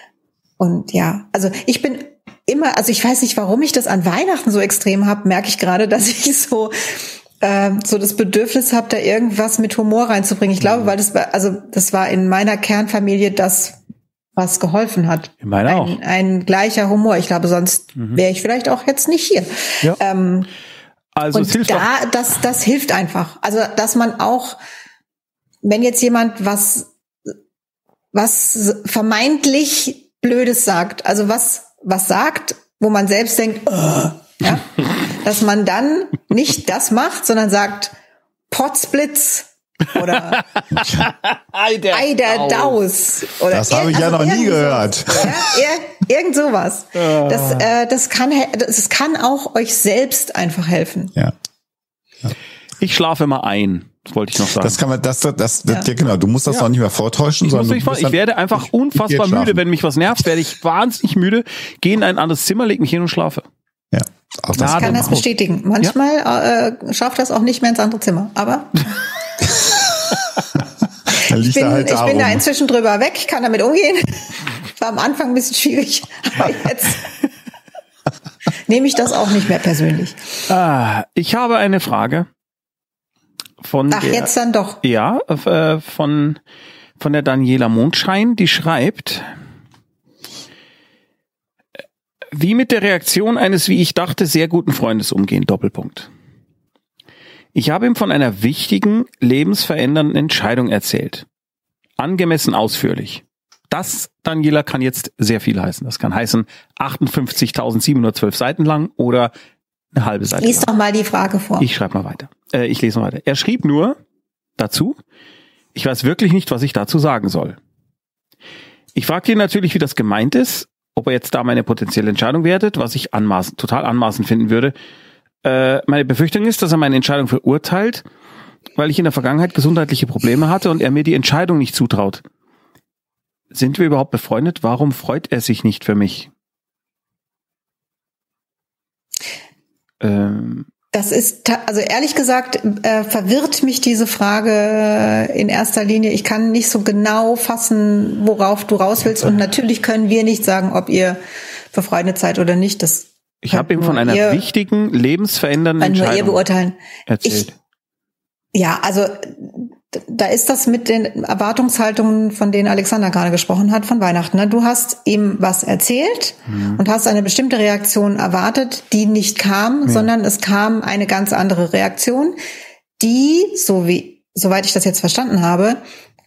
Und ja, also ich bin immer, also ich weiß nicht, warum ich das an Weihnachten so extrem habe, merke ich gerade, dass ich so so das Bedürfnis habe, da irgendwas mit Humor reinzubringen. Ich glaube, weil das war, also das war in meiner Kernfamilie das, was geholfen hat. In meiner auch. Ein, ein gleicher Humor. Ich glaube, sonst mhm. wäre ich vielleicht auch jetzt nicht hier. Ja. Ähm, also und es hilft da, auch. das, das hilft einfach. Also, dass man auch, wenn jetzt jemand was, was vermeintlich Blödes sagt, also was, was sagt, wo man selbst denkt, oh, ja, dass man dann nicht das macht, sondern sagt Potzblitz oder Ei der Daus. Oder das habe ich also ja noch nie gehört. Ja, irgend sowas. Das, äh, das kann, das kann auch euch selbst einfach helfen. Ja. ja. Ich schlafe mal ein. Das wollte ich noch sagen. Das kann man, das, das, das ja. ja genau. Du musst das ja. noch nicht mehr vortäuschen, ich sondern ich, ich werde einfach unfassbar müde, wenn mich was nervt, werde ich wahnsinnig müde, gehe in ein anderes Zimmer, leg mich hin und schlafe. Ja. Auch das ich kann das bestätigen. Manchmal ja? äh, schafft das auch nicht mehr ins andere Zimmer, aber ich, bin, halt ich bin da inzwischen drüber weg, ich kann damit umgehen. War am Anfang ein bisschen schwierig, aber jetzt nehme ich das auch nicht mehr persönlich. Ah, ich habe eine Frage von Ach, der, jetzt dann doch. Ja, äh, von, von der Daniela Mondschein, die schreibt: Wie mit der Reaktion eines, wie ich dachte, sehr guten Freundes umgehen, Doppelpunkt. Ich habe ihm von einer wichtigen, lebensverändernden Entscheidung erzählt. Angemessen ausführlich. Das, Daniela, kann jetzt sehr viel heißen. Das kann heißen achtundfünfzigtausendsiebenhundertzwölf Seiten lang oder eine halbe Seite Lies lang. doch mal die Frage vor. Ich schreibe mal weiter. Äh, ich lese mal weiter. Er schrieb nur dazu: Ich weiß wirklich nicht, was ich dazu sagen soll. Ich fragte ihn natürlich, wie das gemeint ist, ob er jetzt da meine potenzielle Entscheidung wertet, was ich anmaßen, total anmaßend finden würde. Äh, meine Befürchtung ist, dass er meine Entscheidung verurteilt, weil ich in der Vergangenheit gesundheitliche Probleme hatte und er mir die Entscheidung nicht zutraut. Sind wir überhaupt befreundet? Warum freut er sich nicht für mich? Ähm, das ist, also ehrlich gesagt, äh, verwirrt mich diese Frage in erster Linie. Ich kann nicht so genau fassen, worauf du raus willst. Und natürlich können wir nicht sagen, ob ihr befreundet seid oder nicht. Das ich habe ihm von einer ihr, wichtigen, lebensverändernden Entscheidung nur ihr beurteilen. erzählt. Ich, ja, also da ist das mit den Erwartungshaltungen, von denen Alexander gerade gesprochen hat, von Weihnachten. Ne? Du hast ihm was erzählt mhm. und hast eine bestimmte Reaktion erwartet, die nicht kam, ja. sondern es kam eine ganz andere Reaktion, die, so wie, soweit ich das jetzt verstanden habe,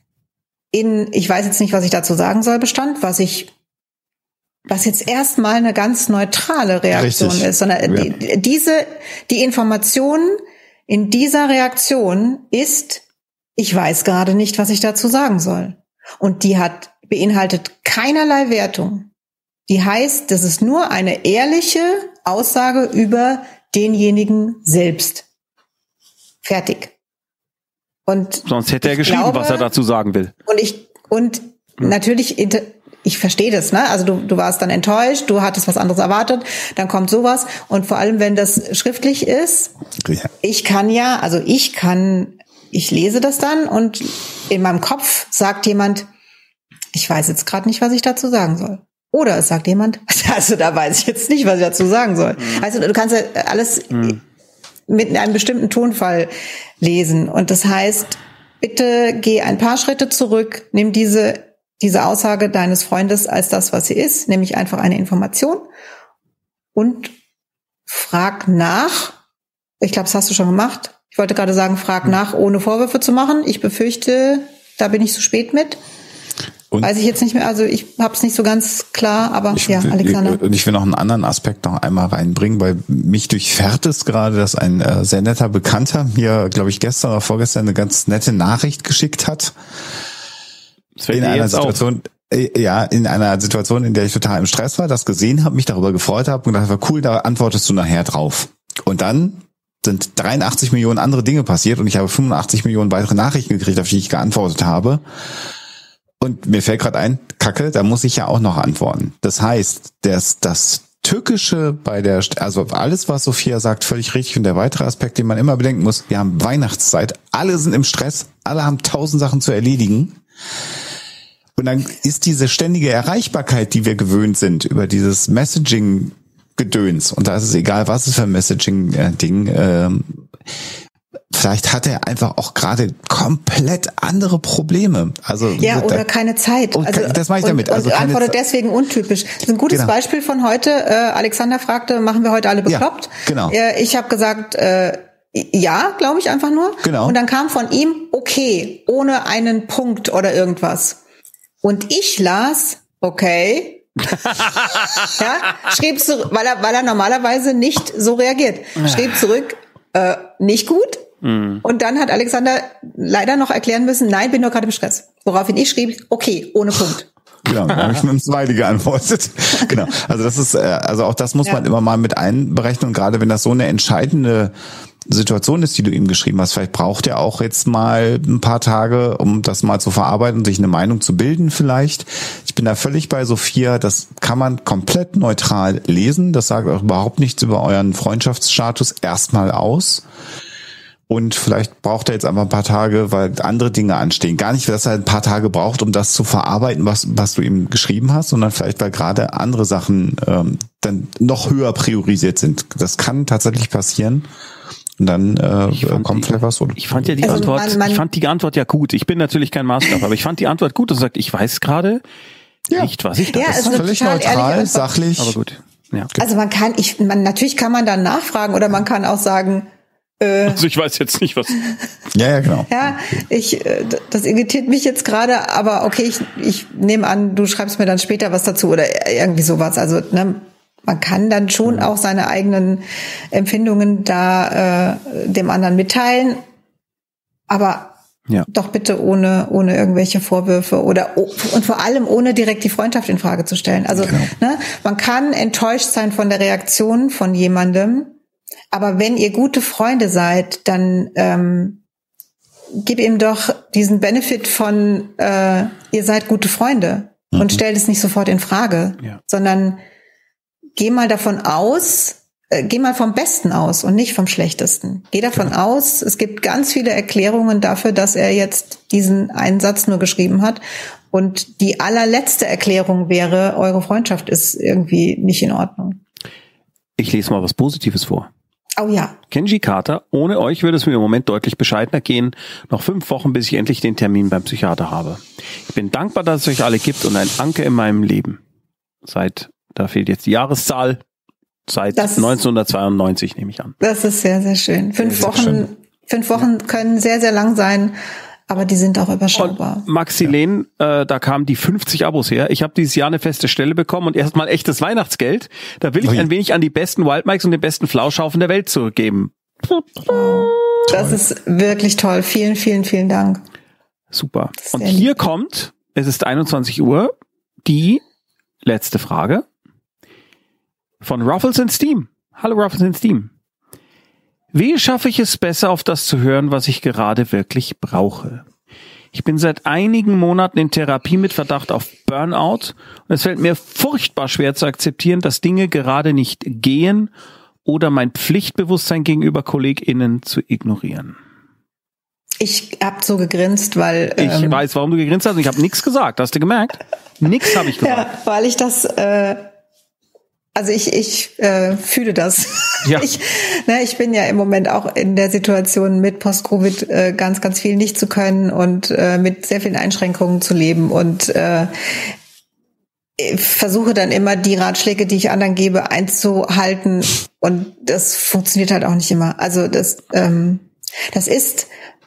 in, ich weiß jetzt nicht, was ich dazu sagen soll, bestand, was ich, was jetzt erstmal eine ganz neutrale Reaktion Richtig. ist, sondern ja. die, diese, die Information in dieser Reaktion ist, ich weiß gerade nicht, was ich dazu sagen soll. Und die hat, beinhaltet keinerlei Wertung. Die heißt, das ist nur eine ehrliche Aussage über denjenigen selbst. Fertig. Und sonst hätte er geschrieben, glaube, was er dazu sagen will. Und ich, und hm. natürlich, ich verstehe das, ne? Also du, du warst dann enttäuscht, du hattest was anderes erwartet, dann kommt sowas. Und vor allem, wenn das schriftlich ist, ja. ich kann ja, also ich kann, ich lese das dann und in meinem Kopf sagt jemand, ich weiß jetzt gerade nicht, was ich dazu sagen soll. Oder es sagt jemand, also da weiß ich jetzt nicht, was ich dazu sagen soll. Mhm. Also du kannst ja alles mhm. mit einem bestimmten Tonfall lesen. Und das heißt, bitte geh ein paar Schritte zurück, nimm diese, diese Aussage deines Freundes als das, was sie ist, nämlich einfach eine Information und frag nach. Ich glaube, das hast du schon gemacht. Ich wollte gerade sagen, frag nach, ohne Vorwürfe zu machen. Ich befürchte, da bin ich zu spät mit. Und weiß ich jetzt nicht mehr, also ich habe es nicht so ganz klar, aber ich, ja, Alexander. Und ich will noch einen anderen Aspekt noch einmal reinbringen, weil mich durchfährt es gerade, dass ein äh, sehr netter Bekannter mir, glaube ich, gestern oder vorgestern eine ganz nette Nachricht geschickt hat. In einer Situation, äh, ja, in einer Situation, in der ich total im Stress war, das gesehen habe, mich darüber gefreut habe und gedacht, war cool, da antwortest du nachher drauf. Und dann sind dreiundachtzig Millionen andere Dinge passiert und ich habe fünfundachtzig Millionen weitere Nachrichten gekriegt, auf die ich geantwortet habe. Und mir fällt gerade ein, Kacke, da muss ich ja auch noch antworten. Das heißt, das, das Tückische bei der, also alles, was Sophia sagt, völlig richtig. Und der weitere Aspekt, den man immer bedenken muss, wir haben Weihnachtszeit, alle sind im Stress, alle haben tausend Sachen zu erledigen. Und dann ist diese ständige Erreichbarkeit, die wir gewöhnt sind, über dieses Messaging-Gedöns, und da ist es egal, was es für ein Messaging-Ding, ähm, vielleicht hat er einfach auch gerade komplett andere Probleme. Also ja, oder keine Zeit. Also, das mache ich und, damit. Also und antwortet deswegen untypisch. Das ist ein gutes genau. Beispiel von heute. Äh, Alexander fragte, machen wir heute alle bekloppt? Ja, genau. Äh, ich habe gesagt, äh, ja, glaube ich einfach nur. Genau. Und dann kam von ihm, okay, ohne einen Punkt oder irgendwas. Und ich las, okay. ja, schrieb zurück, weil er, weil er normalerweise nicht so reagiert. Schrieb zurück, äh, nicht gut. Mhm. Und dann hat Alexander leider noch erklären müssen, nein, bin nur gerade im Stress. Woraufhin ich schrieb, okay, ohne Punkt. Genau, da habe ich mit einem Smiley geantwortet. Genau, also das ist, also auch das muss ja. man immer mal mit einberechnen. Und gerade wenn das so eine entscheidende Situation ist, die du ihm geschrieben hast, vielleicht braucht er auch jetzt mal ein paar Tage, um das mal zu verarbeiten und sich eine Meinung zu bilden vielleicht. Ich bin da völlig bei Sophia, das kann man komplett neutral lesen. Das sagt auch überhaupt nichts über euren Freundschaftsstatus erstmal aus. Und vielleicht braucht er jetzt einfach ein paar Tage, weil andere Dinge anstehen. Gar nicht, dass er ein paar Tage braucht, um das zu verarbeiten, was was du ihm geschrieben hast, sondern vielleicht, weil gerade andere Sachen ähm, dann noch höher priorisiert sind. Das kann tatsächlich passieren. Und dann äh, kommt die, vielleicht was. Oder? Ich fand ja die also Antwort, man, man, ich fand die Antwort ja gut. Ich bin natürlich kein Maßstab, aber ich fand die Antwort gut. Und sagt, ich weiß gerade ja. nicht, was ich da. Ja, das ist völlig neutral, sachlich. Aber gut. Ja. Also man kann, ich, man natürlich kann man dann nachfragen oder man kann auch sagen. Also ich weiß jetzt nicht, was... Ja, ja, genau. Ja, ich, das irritiert mich jetzt gerade, aber okay, ich, ich nehme an, du schreibst mir dann später was dazu oder irgendwie sowas. Also ne, man kann dann schon mhm. auch seine eigenen Empfindungen da äh, dem anderen mitteilen, aber ja. doch bitte ohne ohne irgendwelche Vorwürfe oder und vor allem ohne direkt die Freundschaft in Frage zu stellen. Also genau. ne, man kann enttäuscht sein von der Reaktion von jemandem. Aber wenn ihr gute Freunde seid, dann ähm, gib ihm doch diesen Benefit von, äh, ihr seid gute Freunde mhm. und stellt es nicht sofort in Frage, ja. sondern geh mal davon aus, äh, geh mal vom Besten aus und nicht vom Schlechtesten. Geh davon ja. aus, es gibt ganz viele Erklärungen dafür, dass er jetzt diesen einen Satz nur geschrieben hat. Und die allerletzte Erklärung wäre, eure Freundschaft ist irgendwie nicht in Ordnung. Ich lese mal was Positives vor. Oh ja. Kenji Carter, ohne euch würde es mir im Moment deutlich bescheidener gehen. Noch fünf Wochen, bis ich endlich den Termin beim Psychiater habe. Ich bin dankbar, dass es euch alle gibt und ein Anker in meinem Leben. Seit, da fehlt jetzt die Jahreszahl, seit das, neunzehnhundertzweiundneunzig nehme ich an. Das ist sehr, sehr schön. Fünf sehr, Wochen, sehr schön. Fünf Wochen können sehr, sehr lang sein. Aber die sind auch überschaubar. Und Maxilene, ja. äh, da kamen die fünfzig Abos her. Ich habe dieses Jahr eine feste Stelle bekommen und erstmal echtes Weihnachtsgeld. Da will ich Ui. ein wenig an die besten Wildmikes und den besten Flauschhaufen der Welt zurückgeben. Das ist wirklich toll. Vielen, vielen, vielen Dank. Super. Und hier lieb. kommt, es ist einundzwanzig Uhr, die letzte Frage von Ruffles and Steam. Hallo Ruffles and Steam. Wie schaffe ich es besser, auf das zu hören, was ich gerade wirklich brauche? Ich bin seit einigen Monaten in Therapie mit Verdacht auf Burnout und es fällt mir furchtbar schwer zu akzeptieren, dass Dinge gerade nicht gehen oder mein Pflichtbewusstsein gegenüber KollegInnen zu ignorieren. Ich hab so gegrinst, weil... Ich ähm, weiß, warum du gegrinst hast und ich habe nichts gesagt. Hast du gemerkt? Nix habe ich gesagt. Ja, weil ich das... Äh Also ich, ich äh, fühle das. Ja. Ich, ne, ich bin ja im Moment auch in der Situation mit Post-Covid äh, ganz, ganz viel nicht zu können und äh, mit sehr vielen Einschränkungen zu leben und äh, versuche dann immer die Ratschläge, die ich anderen gebe, einzuhalten und das funktioniert halt auch nicht immer. Also das, ähm, das ist,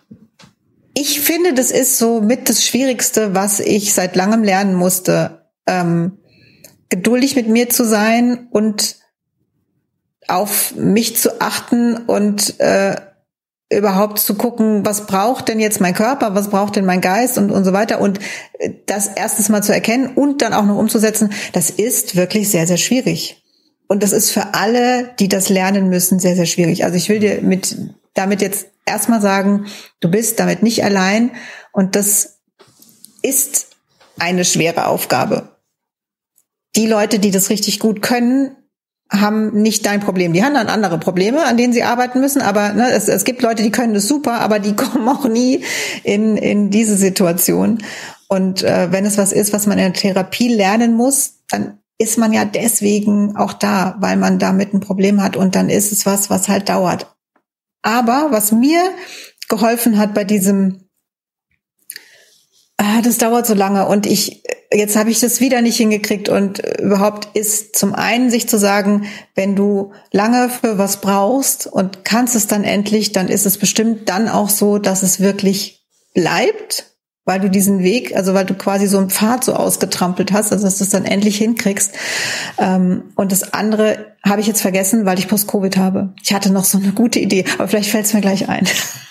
ich finde, das ist so mit das Schwierigste, was ich seit langem lernen musste. Ähm, geduldig mit mir zu sein und auf mich zu achten und äh, überhaupt zu gucken, was braucht denn jetzt mein Körper, was braucht denn mein Geist und und so weiter und das erstens mal zu erkennen und dann auch noch umzusetzen, das ist wirklich sehr, sehr schwierig. Und das ist für alle, die das lernen müssen, sehr, sehr schwierig. Also ich will dir mit damit jetzt erstmal sagen, du bist damit nicht allein und das ist eine schwere Aufgabe. Die Leute, die das richtig gut können, haben nicht dein Problem. Die haben dann andere Probleme, an denen sie arbeiten müssen. Aber ne, es, es gibt Leute, die können das super, aber die kommen auch nie in in diese Situation. Und äh, wenn es was ist, was man in der Therapie lernen muss, dann ist man ja deswegen auch da, weil man damit ein Problem hat. Und dann ist es was, was halt dauert. Aber was mir geholfen hat bei diesem das dauert so lange und ich jetzt habe ich das wieder nicht hingekriegt und überhaupt ist zum einen sich zu sagen, wenn du lange für was brauchst und kannst es dann endlich, dann ist es bestimmt dann auch so, dass es wirklich bleibt, weil du diesen Weg, also weil du quasi so einen Pfad so ausgetrampelt hast, also dass du es dann endlich hinkriegst. Und das andere habe ich jetzt vergessen, weil ich Post-Covid habe. Ich hatte noch so eine gute Idee, aber vielleicht fällt es mir gleich ein.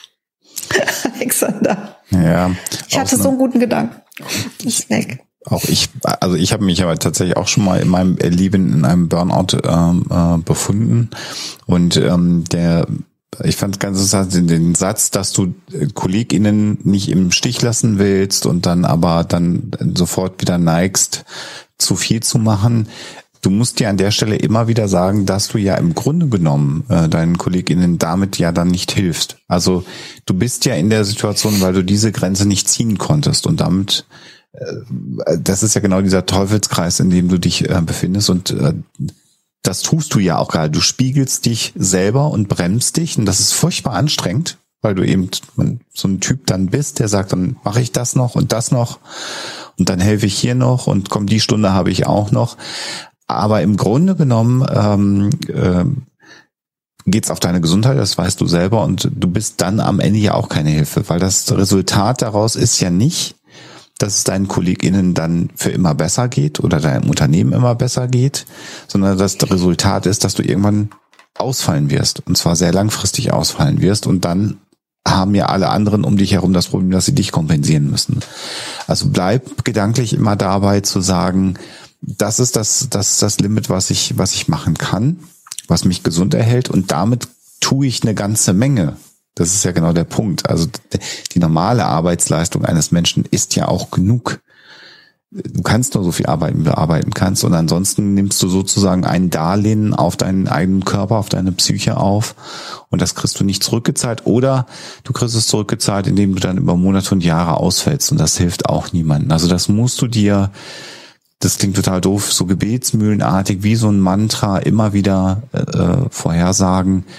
Alexander. Ja. Ich hatte so einen guten Gedanken. Ist weg. Auch ich, also ich habe mich aber tatsächlich auch schon mal in meinem Leben in einem Burnout ähm, äh, befunden und ähm, der, ich fand ganz interessant den Satz, dass du KollegInnen nicht im Stich lassen willst und dann aber dann sofort wieder neigst, zu viel zu machen. Du musst dir an der Stelle immer wieder sagen, dass du ja im Grunde genommen äh, deinen KollegInnen damit ja dann nicht hilfst. Also du bist ja in der Situation, weil du diese Grenze nicht ziehen konntest und damit, äh, das ist ja genau dieser Teufelskreis, in dem du dich äh, befindest und äh, das tust du ja auch gerade. Du spiegelst dich selber und bremst dich und das ist furchtbar anstrengend, weil du eben so ein Typ dann bist, der sagt, dann mache ich das noch und das noch und dann helfe ich hier noch und komm, die Stunde habe ich auch noch. Aber im Grunde genommen ähm, äh, geht's auf deine Gesundheit, das weißt du selber und du bist dann am Ende ja auch keine Hilfe, weil das Resultat daraus ist ja nicht, dass es deinen KollegInnen dann für immer besser geht oder deinem Unternehmen immer besser geht, sondern das Resultat ist, dass du irgendwann ausfallen wirst und zwar sehr langfristig ausfallen wirst und dann haben ja alle anderen um dich herum das Problem, dass sie dich kompensieren müssen. Also bleib gedanklich immer dabei zu sagen, das ist das, das ist das Limit, was ich, was ich machen kann, was mich gesund erhält und damit tue ich eine ganze Menge. Das ist ja genau der Punkt. Also die normale Arbeitsleistung eines Menschen ist ja auch genug. Du kannst nur so viel arbeiten, wie du arbeiten kannst und ansonsten nimmst du sozusagen ein Darlehen auf deinen eigenen Körper, auf deine Psyche auf und das kriegst du nicht zurückgezahlt oder du kriegst es zurückgezahlt, indem du dann über Monate und Jahre ausfällst und das hilft auch niemandem. Also das musst du dir, das klingt total doof, so gebetsmühlenartig wie so ein Mantra immer wieder äh, vorhersagen.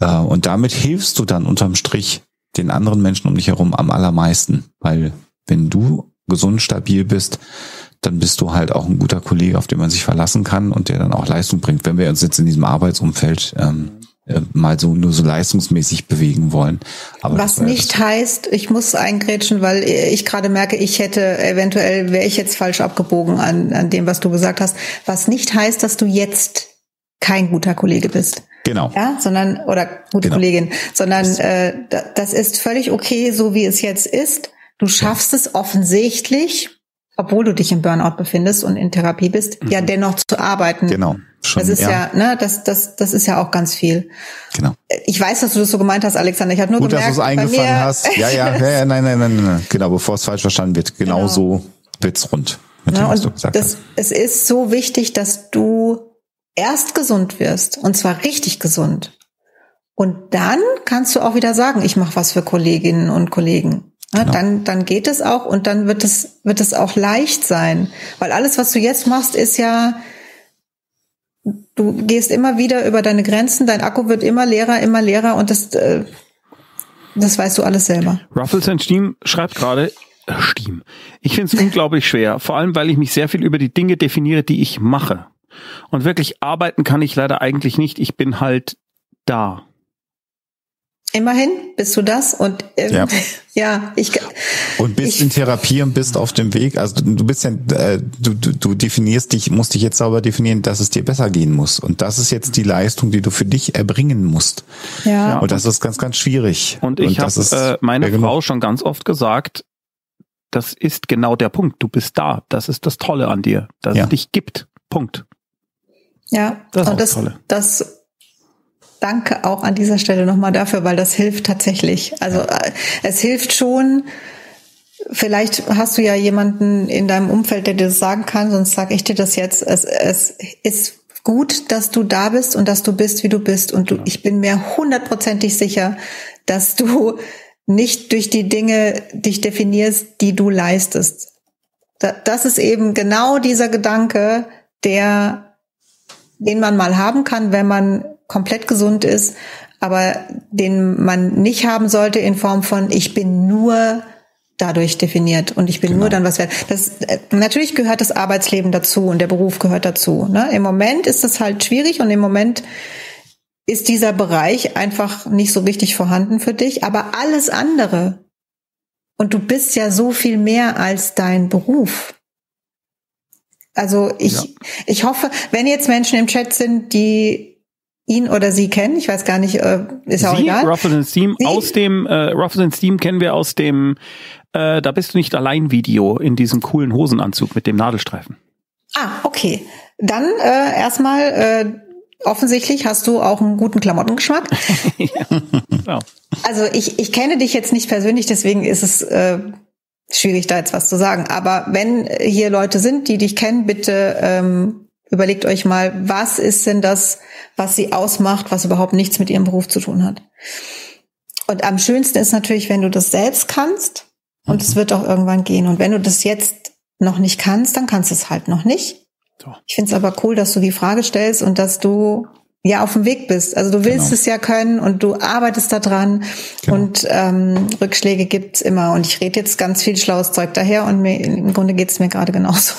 Und damit hilfst du dann unterm Strich den anderen Menschen um dich herum am allermeisten. Weil wenn du gesund, stabil bist, dann bist du halt auch ein guter Kollege, auf den man sich verlassen kann und der dann auch Leistung bringt. Wenn wir uns jetzt in diesem Arbeitsumfeld ähm, äh, mal so nur so leistungsmäßig bewegen wollen. Aber was nicht heißt, ich muss eingrätschen, weil ich gerade merke, ich hätte eventuell, wäre ich jetzt falsch abgebogen an, an dem, was du gesagt hast. Was nicht heißt, dass du jetzt kein guter Kollege bist. Genau. Ja, sondern, oder gute genau. Kollegin, sondern das, äh, das ist völlig okay, so wie es jetzt ist. Du schaffst ja. es offensichtlich, obwohl du dich im Burnout befindest und in Therapie bist, mhm. ja dennoch zu arbeiten. Genau. Schon, das ist ja, ja ne, das, das, das ist ja auch ganz viel. Genau. Ich weiß, dass du das so gemeint hast, Alexander. Ich habe nur Gut, gemerkt, dass du es eingefangen hast. Ja, ja, ja, ja, nein, nein, nein, nein. Genau, bevor es falsch verstanden wird. Genau, genau. So wird's rund. Mit ja, dem, was und du gesagt das, hast. Es ist so wichtig, dass du erst gesund wirst, und zwar richtig gesund. Und dann kannst du auch wieder sagen, ich mache was für Kolleginnen und Kollegen. Ja, genau. Dann, dann geht es auch und dann wird es, wird es auch leicht sein. Weil alles, was du jetzt machst, ist ja, du gehst immer wieder über deine Grenzen, dein Akku wird immer leerer, immer leerer und das, äh, das weißt du alles selber. Ruffles and Steam schreibt gerade, äh, Steam. Ich finde es unglaublich schwer, vor allem, weil ich mich sehr viel über die Dinge definiere, die ich mache. Und wirklich arbeiten kann ich leider eigentlich nicht. Ich bin halt da. Immerhin bist du das und ähm, ja. ja, ich und bist ich, in Therapie und bist auf dem Weg. Also du, du bist ja, äh, du, du, du definierst dich, musst dich jetzt sauber definieren, dass es dir besser gehen muss. Und das ist jetzt die Leistung, die du für dich erbringen musst. Ja. Und das ist ganz, ganz schwierig. Und ich habe äh, meiner Frau genug. schon ganz oft gesagt, das ist genau der Punkt. Du bist da. Das ist das Tolle an dir, dass ja. es dich gibt. Punkt. Ja, das und das, Tolle. das Danke auch an dieser Stelle nochmal dafür, weil das hilft tatsächlich. Also äh, es hilft schon. Vielleicht hast du ja jemanden in deinem Umfeld, der dir das sagen kann, sonst sage ich dir das jetzt. Es, es ist gut, dass du da bist und dass du bist, wie du bist. Und du, ich bin mir hundertprozentig sicher, dass du nicht durch die Dinge dich definierst, die du leistest. Da, das ist eben genau dieser Gedanke, der den man mal haben kann, wenn man komplett gesund ist, aber den man nicht haben sollte in Form von ich bin nur dadurch definiert und ich bin genau. nur dann was wert. Das, natürlich gehört das Arbeitsleben dazu und der Beruf gehört dazu. Ne? Im Moment ist das halt schwierig und im Moment ist dieser Bereich einfach nicht so richtig vorhanden für dich, aber alles andere und du bist ja so viel mehr als dein Beruf. Also ich, ja. ich hoffe, wenn jetzt Menschen im Chat sind, die ihn oder sie kennen, ich weiß gar nicht, äh, ist auch sie, egal. Ruffles and Steam, sie? aus dem, äh, Ruffles and Steam kennen wir aus dem, äh, da bist du nicht allein Video in diesem coolen Hosenanzug mit dem Nadelstreifen. Ah, okay. Dann äh, erstmal, äh, offensichtlich hast du auch einen guten Klamottengeschmack. ja. ja. Also ich, ich kenne dich jetzt nicht persönlich, deswegen ist es, äh, schwierig, da jetzt was zu sagen. Aber wenn hier Leute sind, die dich kennen, bitte ähm, überlegt euch mal, was ist denn das, was sie ausmacht, was überhaupt nichts mit ihrem Beruf zu tun hat. Und am schönsten ist natürlich, wenn du das selbst kannst und mhm. es wird auch irgendwann gehen. Und wenn du das jetzt noch nicht kannst, dann kannst du es halt noch nicht. So. Ich finde es aber cool, dass du die Frage stellst und dass du ja auf dem Weg bist. Also du willst genau. es ja können und du arbeitest da dran genau. und ähm, Rückschläge gibt's immer. Und ich rede jetzt ganz viel schlaues Zeug daher und mir, im Grunde geht's mir gerade genauso.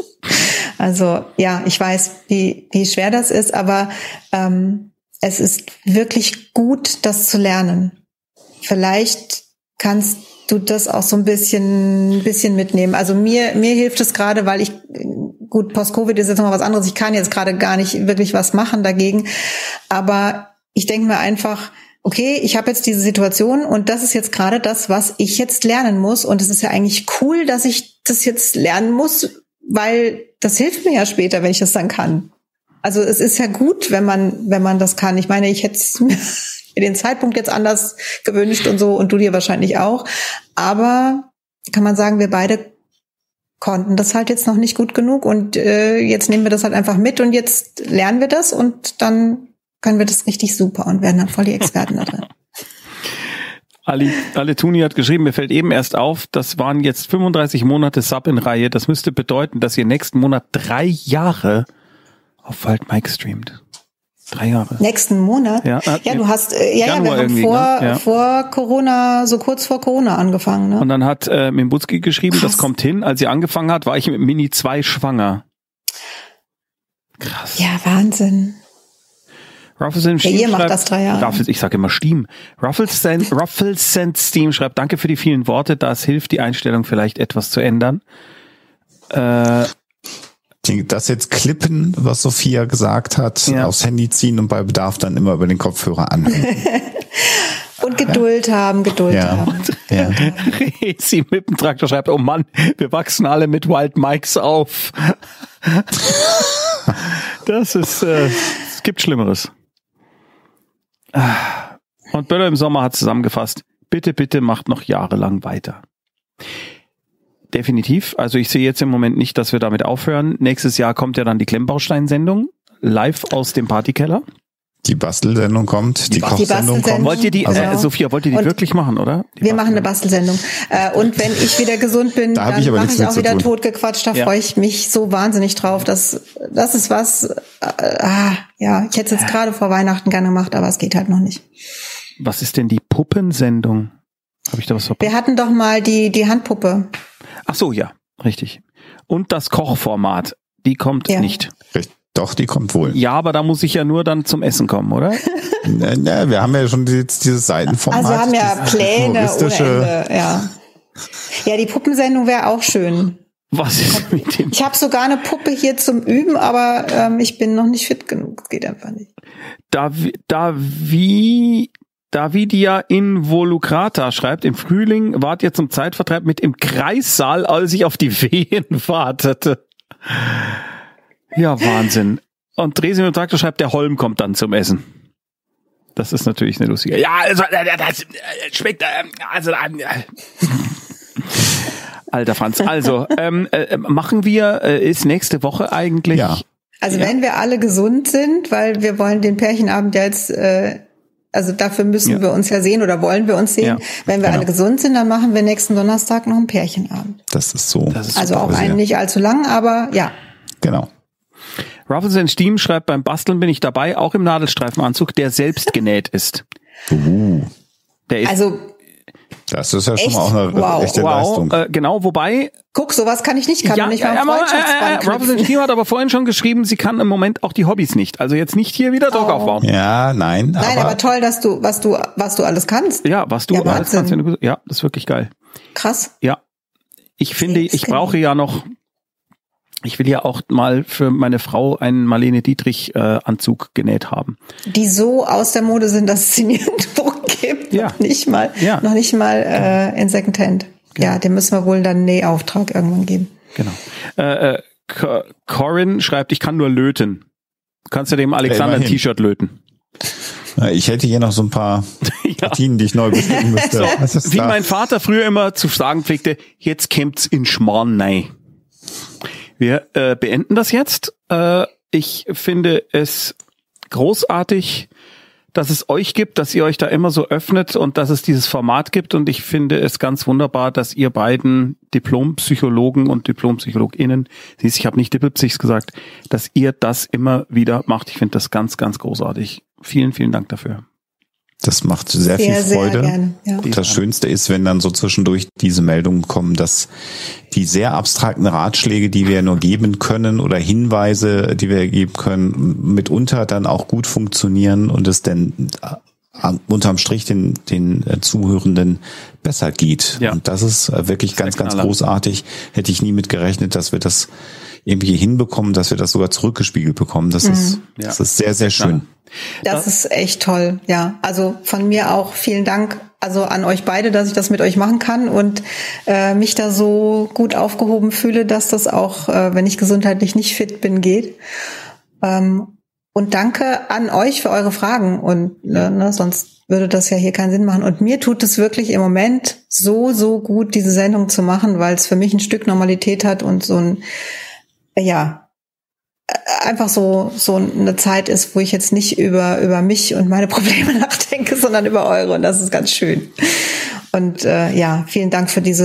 Also ja, ich weiß, wie wie schwer das ist, aber ähm, es ist wirklich gut, das zu lernen. Vielleicht kannst du das auch so ein bisschen ein bisschen mitnehmen. Also mir mir hilft es gerade, weil ich gut, Post-Covid ist jetzt nochmal was anderes. Ich kann jetzt gerade gar nicht wirklich was machen dagegen. Aber ich denke mir einfach, okay, ich habe jetzt diese Situation und das ist jetzt gerade das, was ich jetzt lernen muss. Und es ist ja eigentlich cool, dass ich das jetzt lernen muss, weil das hilft mir ja später, wenn ich das dann kann. Also es ist ja gut, wenn man wenn man das kann. Ich meine, ich hätte mir den Zeitpunkt jetzt anders gewünscht und so und du dir wahrscheinlich auch. Aber kann man sagen, wir beide konnten das halt jetzt noch nicht gut genug und äh, jetzt nehmen wir das halt einfach mit und jetzt lernen wir das und dann können wir das richtig super und werden dann voll die Experten da drin. Ali, Ali Tuni hat geschrieben, mir fällt eben erst auf, das waren jetzt fünfunddreißig Monate Sub in Reihe. Das müsste bedeuten, dass ihr nächsten Monat drei Jahre auf Wald Mike streamt. Drei Jahre. Nächsten Monat? Ja, ja du hast, äh, ja, ja, wir haben vor, ne? ja. vor Corona, so kurz vor Corona angefangen, ne? Und dann hat äh, Mimbutski geschrieben, Krass. Das kommt hin. Als sie angefangen hat, war ich mit Mini zwei schwanger. Krass. Ja, Wahnsinn. Ruffleson ja, ihr macht das drei Jahre. Ruffles, ich sage immer Steam. Ruffleson, Ruffleson Steam schreibt, danke für die vielen Worte, das hilft, die Einstellung vielleicht etwas zu ändern. Äh, Das jetzt klippen, was Sophia gesagt hat, ja. aufs Handy ziehen und bei Bedarf dann immer über den Kopfhörer anhören. Und Geduld ja. haben, Geduld ja. haben. Ja. Sie mit dem Traktor schreibt, oh Mann, wir wachsen alle mit Wild Mikes auf. Das ist, äh, es gibt Schlimmeres. Und Böller im Sommer hat zusammengefasst, bitte, bitte macht noch jahrelang weiter. Definitiv. Also ich sehe jetzt im Moment nicht, dass wir damit aufhören. Nächstes Jahr kommt ja dann die Klemmbaustein-Sendung live aus dem Partykeller. Die Bastelsendung kommt, die, die Kochsendung kommt. Wollt ihr die, also, äh, Sophia, wollt ihr die wirklich machen, oder? Die wir machen eine Bastelsendung. Äh, und wenn ich wieder gesund bin, da dann ich mache ich auch wieder totgequatscht. Da ja. freue ich mich so wahnsinnig drauf. Das, das ist was, äh, ah, ja, ich hätte es jetzt gerade vor Weihnachten gerne gemacht, aber es geht halt noch nicht. Was ist denn die Puppensendung? Habe ich da was verpasst? Wir hatten doch mal die, die Handpuppe. Ach so, ja, richtig. Und das Kochformat, die kommt ja. nicht. Richtig. Doch, die kommt wohl. Ja, aber da muss ich ja nur dann zum Essen kommen, oder? na, na, wir haben ja schon jetzt dieses Seitenformat. Also haben ja Pläne ohne Ende, ja. Ja, die Puppensendung wäre auch schön. Was ist mit dem? Ich habe sogar eine Puppe hier zum Üben, aber ähm, ich bin noch nicht fit genug. Das geht einfach nicht. Da, da wie... Davidia Involucrata schreibt, im Frühling wart ihr zum Zeitvertreib mit im Kreissaal, als ich auf die Wehen wartete. Ja, Wahnsinn. Und Dresin und Traktor schreibt, der Holm kommt dann zum Essen. Das ist natürlich eine lustige. Ja, also, das schmeckt, also, alter Franz. Also, ähm, äh, machen wir, äh, ist nächste Woche eigentlich. Ja. Also, ja. wenn wir alle gesund sind, weil wir wollen den Pärchenabend ja jetzt, äh, also dafür müssen ja. wir uns ja sehen oder wollen wir uns sehen. Ja, wenn wir genau. alle gesund sind, dann machen wir nächsten Donnerstag noch einen Pärchenabend. Das ist so. Das ist also auch einen nicht allzu lang, aber ja. Genau. Ruffles and Steam schreibt, beim Basteln bin ich dabei, auch im Nadelstreifenanzug, der selbst genäht ist. Uh. Der ist also das ist ja echt? schon mal auch eine wow. echte wow. Leistung. Äh, genau, wobei... Guck, sowas kann ich nicht, kann ja, nicht mal äh, Freundschaftsband äh, äh, Ruffles and Steam hat aber vorhin schon geschrieben, sie kann im Moment auch die Hobbys nicht. Also jetzt nicht hier wieder Druck oh. aufbauen. Ja, nein. Nein, aber, aber toll, dass du, was du, was du alles kannst. Ja, was du ja, alles kannst. Ja, das ist wirklich geil. Krass. Ja. Ich finde, ich brauche ja noch... Ich will ja auch mal für meine Frau einen Marlene Dietrich äh, Anzug genäht haben. Die so aus der Mode sind, dass es sie nirgendwo gibt. Ja. Noch nicht mal, ja. noch nicht mal äh, in Secondhand. Genau. Ja, dem müssen wir wohl dann einen Nähauftrag irgendwann geben. Genau. Äh, äh, Corin schreibt, ich kann nur löten. Kannst du dem Alexander ein T-Shirt löten? Ich hätte hier noch so ein paar ja. Partien, die ich neu bestimmen müsste. So, wie da? Mein Vater früher immer zu sagen pflegte, jetzt kämmt's in Schmarrn rein. Wir äh, beenden das jetzt. Äh, ich finde es großartig, dass es euch gibt, dass ihr euch da immer so öffnet und dass es dieses Format gibt. Und ich finde es ganz wunderbar, dass ihr beiden Diplompsychologen und DiplompsychologInnen, siehst, ich habe nicht Dippelpsychs gesagt, dass ihr das immer wieder macht. Ich finde das ganz, ganz großartig. Vielen, vielen Dank dafür. Das macht sehr, sehr viel Freude. Sehr gern, ja. Und das Schönste ist, wenn dann so zwischendurch diese Meldungen kommen, dass die sehr abstrakten Ratschläge, die wir nur geben können oder Hinweise, die wir geben können, mitunter dann auch gut funktionieren und es dann unterm Strich den, den Zuhörenden besser geht. Ja. Und das ist wirklich ganz, ganz großartig. Hätte ich nie mit gerechnet, dass wir das irgendwie hinbekommen, dass wir das sogar zurückgespiegelt bekommen. Das mhm. ist, das ja. ist sehr, sehr schön. Ja. Das ist echt toll, ja. Also von mir auch vielen Dank, also an euch beide, dass ich das mit euch machen kann und äh, mich da so gut aufgehoben fühle, dass das auch, äh, wenn ich gesundheitlich nicht fit bin, geht. Ähm, und danke an euch für eure Fragen und äh, ne, sonst würde das ja hier keinen Sinn machen. Und mir tut es wirklich im Moment so, so gut, diese Sendung zu machen, weil es für mich ein Stück Normalität hat und so ein, äh, ja, einfach so so eine Zeit ist, wo ich jetzt nicht über über mich und meine Probleme nachdenke, sondern über eure und das ist ganz schön. Und äh, ja, vielen Dank für diese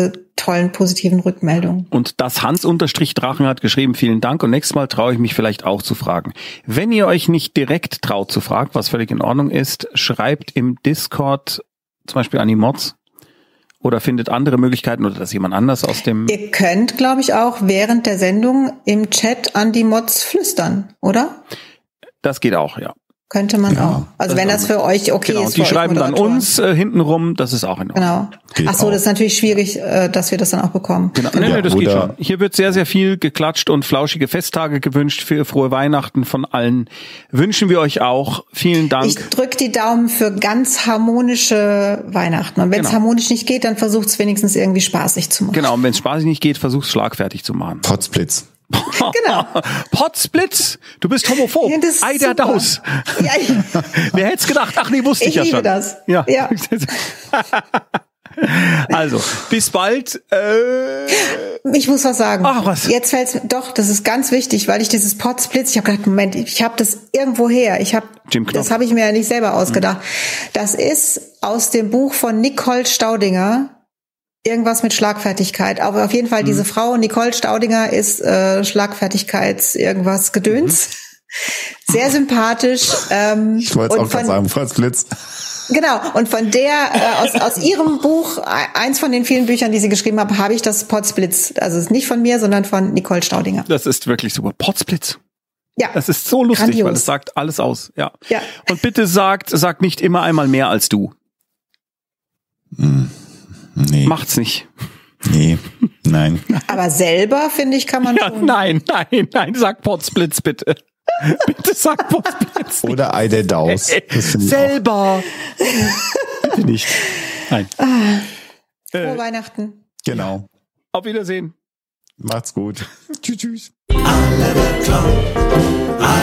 tollen, positiven Rückmeldungen. Und das Hans-Drachen hat geschrieben, vielen Dank. Und nächstes Mal traue ich mich vielleicht auch zu fragen. Wenn ihr euch nicht direkt traut zu fragen, was völlig in Ordnung ist, schreibt im Discord zum Beispiel an die Mods oder findet andere Möglichkeiten oder dass jemand anders aus dem... Ihr könnt, glaube ich, auch während der Sendung im Chat an die Mods flüstern, oder? Das geht auch, ja. Könnte man ja, auch. Also wenn das für euch okay genau, ist. Die schreiben dann uns äh, hintenrum, das ist auch in Ordnung. Genau. Ach so, das ist natürlich schwierig, äh, dass wir das dann auch bekommen. Genau, nee, nee, das geht schon. Hier wird sehr, sehr viel geklatscht und flauschige Festtage gewünscht für frohe Weihnachten von allen. Wünschen wir euch auch. Vielen Dank. Ich drück die Daumen für ganz harmonische Weihnachten. Und wenn es genau. harmonisch nicht geht, dann versucht es wenigstens irgendwie spaßig zu machen. Genau, und wenn es spaßig nicht geht, versucht es schlagfertig zu machen. Potzblitz. Genau. Potzblitz, du bist homophob. Ja, Ei der Daus. Ja, wer hätte es gedacht? Ach nee, wusste ich, ich ja schon. Ich liebe das. Ja. ja. Also, bis bald. Äh ich muss was sagen. Ach, was? Jetzt fällt's mir, doch, das ist ganz wichtig, weil ich dieses Potzblitz, ich habe gedacht, Moment, ich habe das irgendwo her. Ich habe, das habe ich mir ja nicht selber ausgedacht. Mhm. Das ist aus dem Buch von Nicole Staudinger. Irgendwas mit Schlagfertigkeit. Aber auf jeden Fall, mhm. diese Frau, Nicole Staudinger, ist äh, Schlagfertigkeits irgendwas Gedöns. Mhm. Sehr sympathisch. Ähm, ich wollte es auch gerade sagen, Potzblitz. Genau, und von der, äh, aus, aus ihrem Buch, eins von den vielen Büchern, die sie geschrieben hat, habe ich das Potzblitz. Also es ist nicht von mir, sondern von Nicole Staudinger. Das ist wirklich super. Potzblitz. Ja. Das ist so lustig, grandios. Weil es sagt alles aus. Ja. ja. Und bitte sagt, sagt nicht immer einmal mehr als du. Mhm. Nee. Macht's nicht. Nee, nein. Aber selber, finde ich, kann man ja, tun. Nein, nein, nein, sag Potzblitz bitte. Bitte sag Potzblitz. Oder Ei der Daus. Selber. Bitte nicht. Nein. Ah, frohe äh, Weihnachten. Genau. Auf Wiedersehen. Macht's gut. Tschüss, tschüss. Alle beklaut.